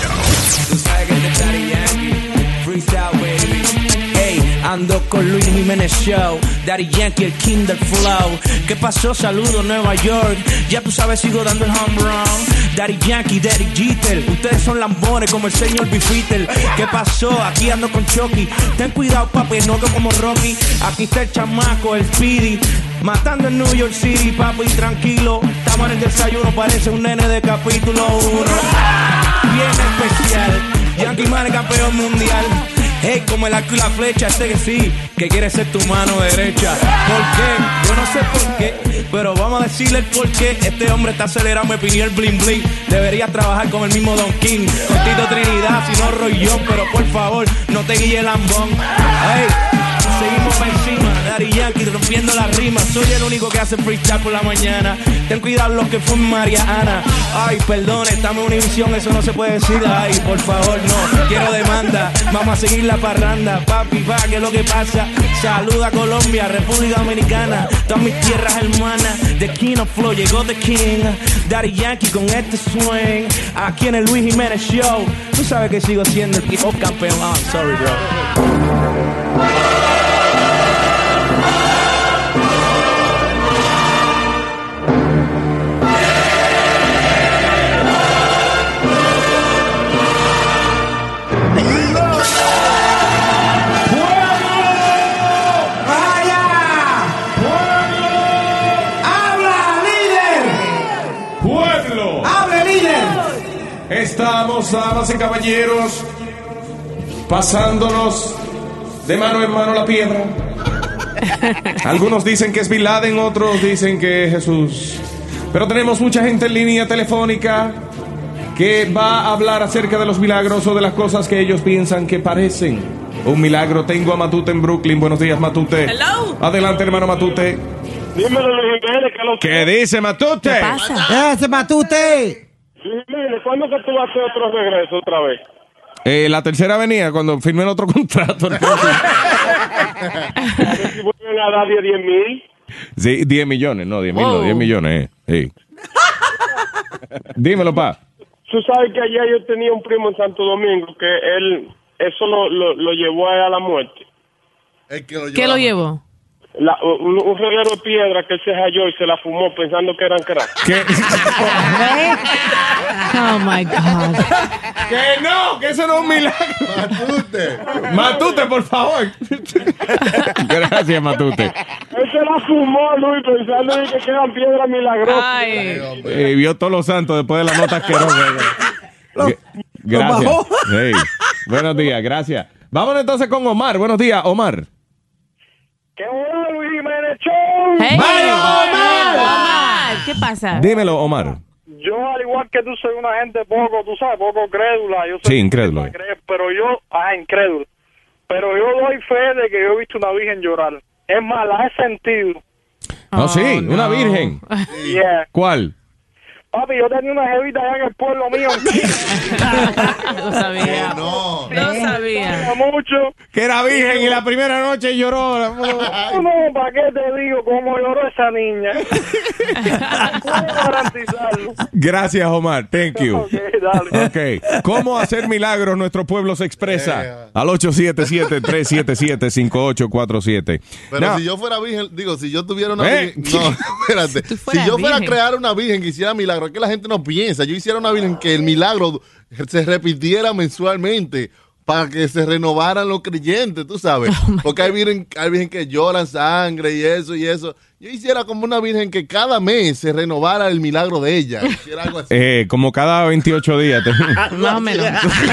Freestyle, baby. Hey, ando con Luis Jiménez Show. Daddy Yankee, el king del flow. ¿Qué pasó? Saludos, Nueva York. Ya tú sabes, sigo dando el home run. Daddy Yankee, Daddy Jeter. Ustedes son lambones como el señor Bifitel. ¿Qué pasó? Aquí ando con Chucky. Ten cuidado, papi, no que como Rocky. Aquí está el chamaco, el Speedy. Matando en New York City, papi, tranquilo. Estamos en el desayuno, parece un nene de capítulo uno. Bien especial. Yankee Man, campeón mundial. Hey, como el arco y la flecha, este que sí, que quiere ser tu mano derecha. ¿Por qué? Yo no sé por qué, pero vamos a decirle el por qué. Este hombre está acelerado, me pidió el bling bling. Debería trabajar con el mismo Don King, con Tito Trinidad, si no Roy John. Pero por favor, no te guíe el lambón. Hey, seguimos para encima, Daddy Yankee rompiendo la rima. Soy el único que hace freestyle por la mañana. Ten cuidado los que fue María Ana. Ay, perdón, estamos en Univisión, eso no se puede decir. Ay, por favor, no, quiero demanda. Vamos a seguir la parranda, papi, pa, ¿qué es lo que pasa? Saluda a Colombia, República Dominicana, todas mis tierras hermanas. The King of Flow, llegó The King. Daddy Yankee con este swing. Aquí en el Luis Jiménez Show. Tú sabes que sigo siendo el hijo campeón. Ah, oh, sorry, bro. Estamos, damas y caballeros, pasándonos de mano en mano la piedra. Algunos dicen que es Bin Laden, otros dicen que es Jesús. Pero tenemos mucha gente en línea telefónica que va a hablar acerca de los milagros o de las cosas que ellos piensan que parecen un milagro. Tengo a Matute en Brooklyn. Buenos días, Matute. Hello. Adelante, hermano Matute. Dímelo, Luis Jiménez, que lo ¿Qué dice Matute? ¿Qué pasa? ¡Ese Matute! Jiménez, ¿cuándo que tú vas a hacer otro regreso otra vez? Eh, la tercera venía cuando firmé el otro contrato. Si vuelven a dar diez mil. Sí, diez millones, no, diez mil, Wow. no, diez millones, eh. Sí. Dímelo, pa. Tú sabes que ayer yo tenía un primo en Santo Domingo que él, eso lo, lo, lo llevó a, a la muerte. ¿Qué lo llevó? la, un, un reguero de piedra que él se halló y se la fumó pensando que eran crack. ¿Qué? Oh my God. Que no, que eso no es un milagro. Matute. Matute, por favor. Gracias, Matute. Él se la fumó, Luis, pensando que eran piedras milagrosas. Ay. Eh, vio todos los santos después de la nota asquerosa. G- Gracias. Hey. Buenos días, gracias. Vámonos entonces con Omar. Buenos días, Omar. ¡Qué bueno, Luis Jiménez Show! Hey, ¡Vaya, Omar! Omar, ¿qué pasa? Dímelo, Omar. Yo, al igual que tú, soy una gente poco, tú sabes, poco crédula. Yo soy Sí, incrédulo. Pero yo, ah, incrédulo. Pero yo doy fe de que yo he visto una virgen llorar. Es más, la he sentido. Oh, Oh, sí, no. una virgen. Yeah. ¿Cuál? Papi, yo tenía una jevita allá en el pueblo mío. Lo sabía. No. Lo sabía. Mucho. Que era virgen y la primera noche lloró. No, ¿para qué te digo cómo lloró esa niña? Puedo garantizarlo. Gracias, Omar. Thank you. Ok, dale. Ok. ¿Cómo hacer milagros? Nuestro pueblo se expresa al ocho siete siete, tres siete siete, cinco ocho cuatro siete. Pero Now, si yo fuera virgen, digo, si yo tuviera una ¿Eh? virgen, no, espérate. tú Si fueras yo fuera virgen. a crear una virgen que hiciera milagro, es que la gente no piensa. Yo hiciera una virgen que el milagro se repitiera mensualmente para que se renovaran los creyentes, tú sabes. Porque hay virgen, hay virgen que lloran sangre y eso y eso. Yo hiciera como una virgen que cada mes se renovara el milagro de ella. Hiciera algo así. eh, como cada veintiocho días. Más o menos.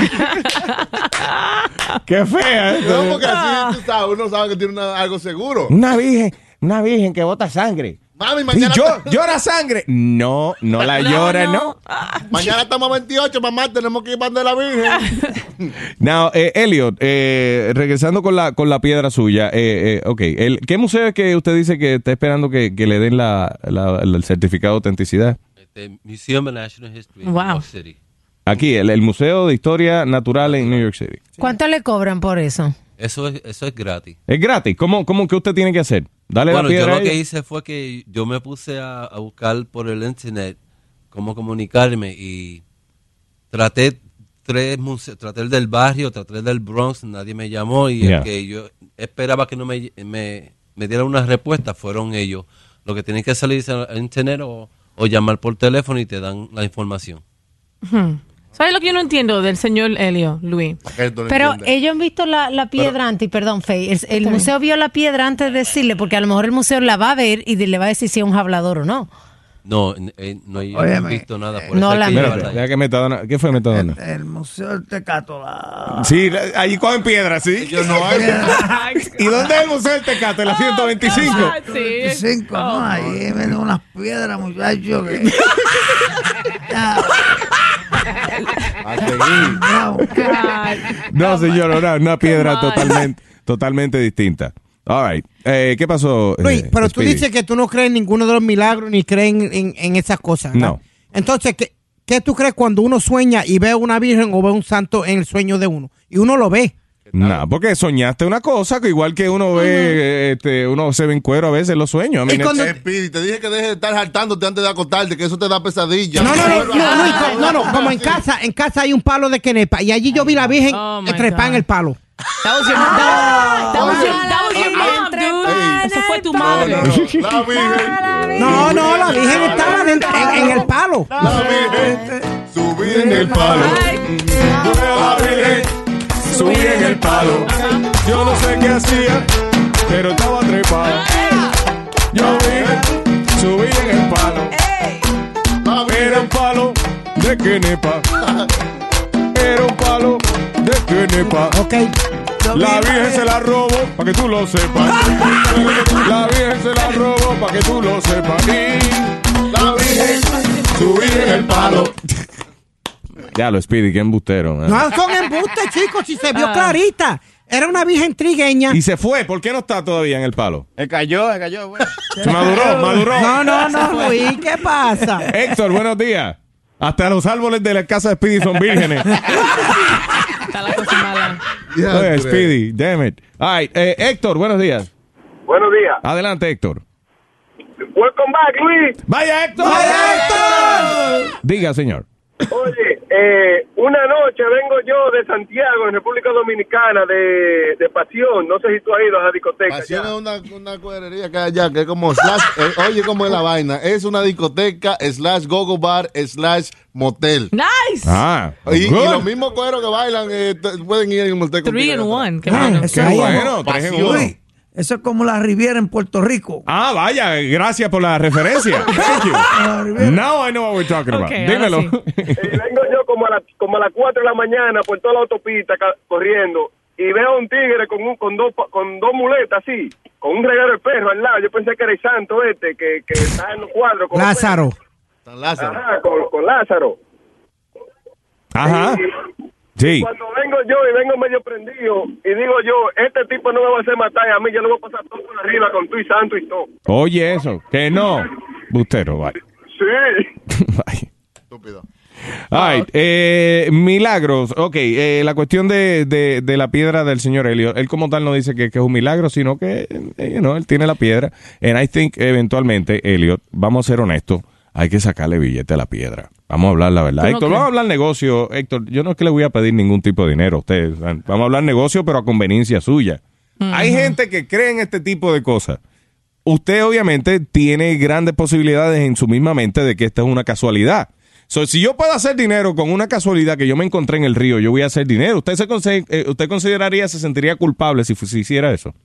Qué fea. ¿eh? No, porque así, tú sabes, uno sabe que tiene una- algo seguro. Una virgen, una virgen que bota sangre. Mami, ¿Y mañana, yo, llora sangre? No, no la llora, ¿no? mañana estamos a veintiocho, mamá, tenemos que ir para donde la virgen. Now, eh, Elliot, eh, regresando con la con la piedra suya, eh, eh, ok, el, ¿qué museo es que usted dice que está esperando que, que le den la, la- el certificado de autenticidad? Este, Museum of National History en Wow. New York City. Aquí, el, el Museo de Historia Natural en New York City. ¿Cuánto le cobran por eso? Eso es, eso es gratis. Es gratis. ¿Cómo, cómo que usted tiene que hacer? Dale Bueno, la yo piedra lo a ella. que hice fue que yo me puse a, a buscar por el internet cómo comunicarme y traté tres museos, traté el del barrio, traté el del Bronx, nadie me llamó y Yeah. el que yo esperaba que no me, me, me dieran una respuesta fueron ellos. Lo que tienen que salir al internet o, o llamar por teléfono y te dan la información. Hmm. ¿Sabes lo que yo no entiendo del señor Helio, Luis? Pero ellos han visto la, la piedra antes, perdón, Faye. El, el museo vio la piedra antes de decirle, porque a lo mejor el museo la va a ver y le va a decir si es un hablador o no. No, eh, no he Óyeme, visto nada. Por no eso la hay que Espérate, llevarla ahí. deja que Metadona. ¿Qué fue Metadona? El Museo del Tecato. La... Sí, la- allí cogen piedras, ¿sí? Yo no hay. ¿Y dónde es el Museo del Tecato? En la ciento veinticinco. Sí. veinticinco, ¿no? Ahí ven unas piedras, muchachos. Que... A seguir. No, señor, una, una piedra Come on. totalmente, totalmente distinta. All right. Eh, ¿Qué pasó? Luis, eh, pero tú Speedy? dices que tú no crees en ninguno de los milagros ni crees en, en- en esas cosas, ¿verdad? No. Entonces, ¿qué, ¿qué tú crees cuando uno sueña y ve a una virgen o ve a un santo en el sueño de uno? Y uno lo ve. No, porque soñaste una cosa que igual que uno ve, eh, este, uno se ve en cuero a veces en los sueños. I mean, Y cuando- it's- Speedy, te dije que dejes de estar saltándote antes de acostarte, que eso te da pesadilla. No, no, no, no, Luis, co- no, no, como en casa, en casa hay un palo de quenepa y allí yo vi la virgen Oh, my trepada en God. el palo. That was your mom. That was your, that was your mom, dude. Eso fue tu madre. La virgen. No, no, la virgen estaba dentro- en, en el palo. La virgen. Subí en el palo. Yo veo a la virgen, subí en el palo. Yo no sé qué hacía, pero estaba trepado. Yo vi, subí en el palo. Era un palo de quenepa. Era un palo de quenepa. Ok. La virgen se la robó, para que tú lo sepas. La virgen se la robó, para que tú lo sepas. Y la virgen subí en el palo. Ya lo Speedy, qué embustero. ¿eh? No son embustes, chicos, si se vio Ah. clarita. Era una virgen trigueña. Y se fue, ¿por qué no está todavía en el palo? Se cayó, se cayó, güey. Se maduró, maduró. No, no, no, Luis, ¿qué pasa? Héctor, buenos días. Hasta los árboles de la casa de Speedy son vírgenes. Está la cosa mala. Oye, Speedy, damn it. All right, eh, Héctor, buenos días. Buenos días. Adelante, Héctor. Welcome back, Luis. ¡Vaya, Héctor! ¡Vaya, Héctor! Diga, señor. Oye, Eh, una noche vengo yo de Santiago, en República Dominicana, de, de Pasión. No sé si tú has ido a la discoteca. Pasión es una, una cuadrería que hay allá, que es como slash, eh, oye cómo es la vaina. Es una discoteca, slash gogo bar, slash motel. Nice. Ah, y, y good. los mismos cueros que bailan eh, t- pueden ir en un motel. Three in one. Qué Ah, bueno. eso Qué es bueno, como- tres en uno. Uy, eso es como la Riviera en Puerto Rico. Ah, vaya, gracias por la referencia. Thank you. Now I know what we're talking about. Okay, Dímelo. ahora Y vengo yo como a, la, como a las cuatro de la mañana por toda la autopista ca- corriendo y veo a un tigre con un, con dos pa- con dos muletas así, con un regalo de perro al lado. Yo pensé que era el santo este que, que está en los cuadros. Con los Lázaro. San Lázaro. perros. Ajá, con, con Lázaro. Ajá. Y Sí. cuando vengo yo y vengo medio prendido y digo yo, este tipo no me va a hacer matar a mí, yo le voy a pasar todo por arriba con tu y santo y todo. Oye, eso. Que no. Bustero, bye. Sí. Bye. Estúpido. All right, eh, milagros. Ok, eh, la cuestión de, de, de la piedra del señor Elliot. Él como tal no dice que, que es un milagro, sino que, eh, you know, él tiene la piedra. And I think eventualmente, Elliot, vamos a ser honestos, hay que sacarle billete a la piedra. Vamos a hablar la verdad. ¿Tú no Héctor, crees? vamos a hablar negocio. Héctor, yo no es que le voy a pedir ningún tipo de dinero a usted. O sea, vamos a hablar negocio, pero a conveniencia suya. Hay gente que cree en este tipo de cosas. Usted obviamente tiene grandes posibilidades en su misma mente de que esta es una casualidad. So, si yo puedo hacer dinero con una casualidad que yo me encontré en el río, yo voy a hacer dinero. ¿Usted se conse- eh, usted consideraría, se sentiría culpable si, fu- si hiciera eso?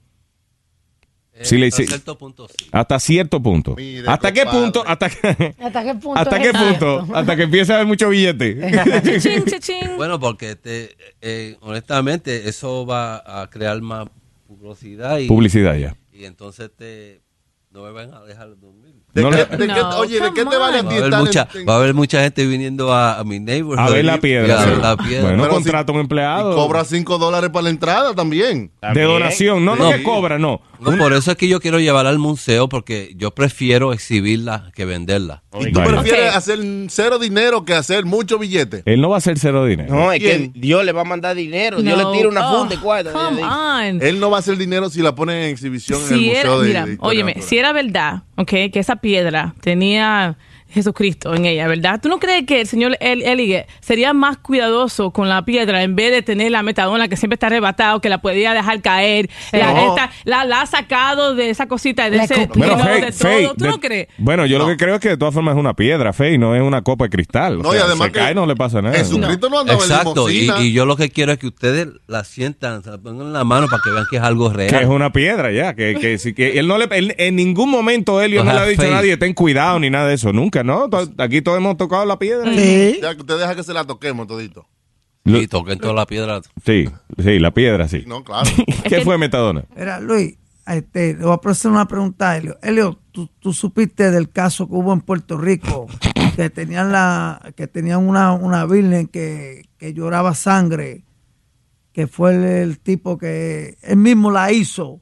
Eh, Si le hasta hice- cierto punto sí. Hasta cierto punto. Mire, ¿Hasta qué compadre. punto? ¿Hasta qué, ¿Hasta qué punto? hasta es qué exacto? punto? Hasta que empiece a haber mucho billete. Chichín, chichín. Bueno, porque este, eh, honestamente eso va a crear más publicidad y, Publicidad ya. y entonces te, no me van a dejar dormir. ¿De No qué, le- de qué- No, oye, ¿de qué come te vale a Va ti a haber estar mucha, en- en- va a haber mucha gente viniendo a, a mi neighborhood. A ver la y- piedra. y a sí. ver la piedra. Bueno, Pero contrata un y empleado. cobra cinco dólares para la entrada también? De donación. No, no, Sí. que cobra, no. No, por eso es que yo quiero llevarla al museo porque yo prefiero exhibirla que venderla. ¿Y tú Vale. prefieres Ok. hacer cero dinero que hacer mucho billete? Él no va a hacer cero dinero. No, es que ¿Quién? Dios le va a mandar dinero. Dios No. le tira una Oh, funda de cuarto. come on. Él no va a hacer dinero si la pone en exhibición en el Si era, museo de, mira, de Historia óyeme, Natural. si era verdad, ok, que esa piedra tenía Jesucristo en ella, ¿verdad? ¿Tú no crees que el señor El Elige sería más cuidadoso con la piedra en vez de tener la metadona que siempre está arrebatado, que la podía dejar caer? La, No. esta- la, la ha sacado de esa cosita, de La ese escupió. you know, Fey, de Fey, todo. ¿Tú de- no crees? Bueno, yo No. lo que creo es que de todas formas es una piedra, Fey, no es una copa de cristal. O No, y sea, además se que cae, no le pasa nada. Jesucristo no, andaba Exacto, en y, limusina. y yo lo que quiero es que ustedes la sientan, se la pongan en la mano para que vean que es algo real. Que es una piedra ya, que, que, sí, que él no le, él- en ningún momento Elio no Ajá, le ha dicho a Fey. nadie, ten cuidado ni nada de eso, nunca, ¿no? To- Aquí todos hemos tocado la piedra. Sí. Ya que usted deja que se la toquemos todito. Y toquen toda la piedra. Sí, sí, la piedra, sí. No, claro. ¿Qué fue Metadona? Mira, Luis, este, le voy a hacer una pregunta a Elio. Elio, ¿tú, tú supiste del caso que hubo en Puerto Rico, que tenían la, que tenían una, una virgen que, que lloraba sangre, que fue el, el tipo que él mismo la hizo,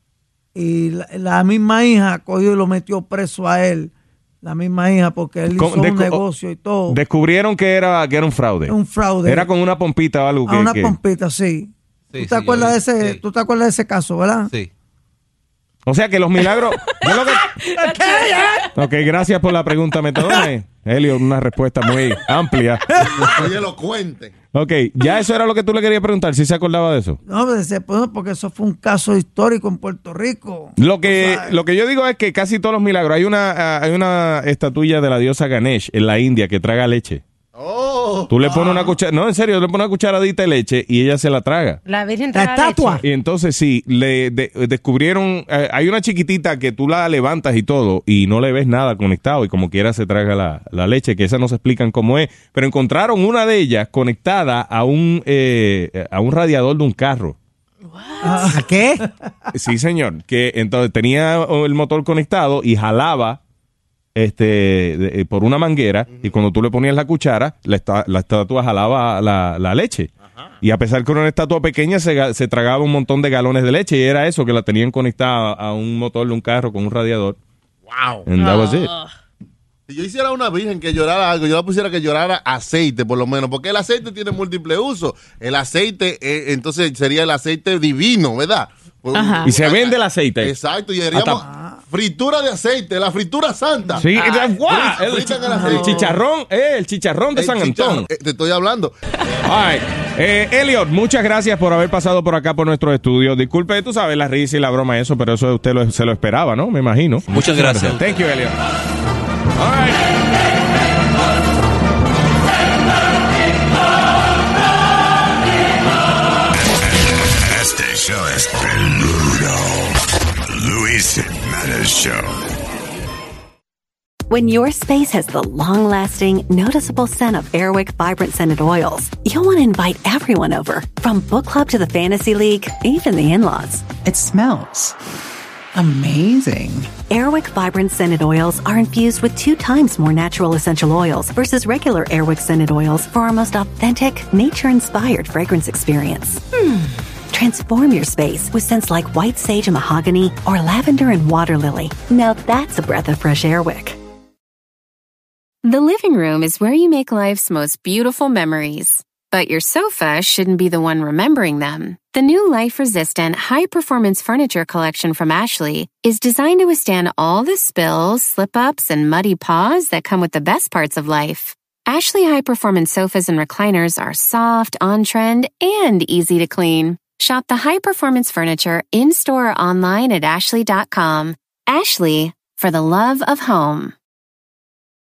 y la, la misma hija cogió y lo metió preso a él, la misma hija, porque él hizo ¿Cómo? un Descu- negocio y todo. Descubrieron que era, que era un fraude. Un fraude. Era con una pompita o algo que... A una que- pompita, sí. Sí, ¿Tú, te sí, acuerdas yo- de ese, sí. ¿Tú te acuerdas de ese caso, verdad? Sí. O sea que los milagros... yo lo que- Ok, gracias por la pregunta, Metadona. Elio, una respuesta muy amplia. Muy elocuente. Ok, ya eso era lo que tú le querías preguntar, si se acordaba de eso. No, pues, se- pues, porque eso fue un caso histórico en Puerto Rico. Lo que, O sea, lo que yo digo es que casi todos los milagros, hay una, ah, hay una estatuilla de la diosa Ganesh en la India que traga leche. Oh. Tú le pones una cuchara, no, en serio, le pones una cucharadita de leche y ella se la traga. La Virgen La traga estatua. leche. Y entonces sí, le de- descubrieron, eh, hay una chiquitita que tú la levantas y todo y no le ves nada conectado y como quiera se traga la, la leche, que esas no se explican cómo es, pero encontraron una de ellas conectada a un, eh, a un radiador de un carro. ¿A qué? Sí, señor, que entonces tenía el motor conectado y jalaba este de- por una manguera y cuando tú le ponías la cuchara, la, esta- la estatua jalaba la, la leche. Y a pesar que era una estatua pequeña, se, ga- se tragaba un montón de galones de leche y era eso, que la tenían conectada a un motor de un carro con un radiador. Wow. And that was it. Si yo hiciera una virgen que llorara algo, yo la pusiera que llorara aceite, por lo menos, porque el aceite tiene múltiples usos. El aceite, eh, entonces, sería el aceite divino, ¿verdad? Pues, Ajá. Y se vende el aceite. Exacto, y haríamos, Hasta- fritura de aceite, la fritura santa. Sí, Ah, guau, frita- el, fritan el el aceite. chicharrón, eh, el chicharrón de El San chicharrón, Antón. eh, te estoy hablando. All right. Eh, Elliot, muchas gracias por haber pasado por acá por nuestro estudio. Disculpe, tú sabes, la risa y la broma y eso, pero eso usted lo- se lo esperaba, ¿no? Me imagino. Muchas Muchísimas gracias. Thank you, Elliot. All right. Este show es peludo. Luis Jimenez Show. When your space has the long-lasting, noticeable scent of Airwick Vibrant Scented Oils, you'll want to invite everyone over, from book club to the fantasy league, even the in-laws. It smells amazing. Airwick Vibrant Scented Oils are infused with two times more natural essential oils versus regular Airwick Scented Oils for our most authentic, nature-inspired fragrance experience. Transform your space with scents like white sage and mahogany or lavender and water lily. Now that's a breath of fresh Airwick. The living room is where you make life's most beautiful memories. But your sofa shouldn't be the one remembering them. The new life-resistant, high-performance furniture collection from Ashley is designed to withstand all the spills, slip-ups, and muddy paws that come with the best parts of life. Ashley high-performance sofas and recliners are soft, on-trend, and easy to clean. Shop the high-performance furniture in-store or online at ashley dot com. Ashley, for the love of home.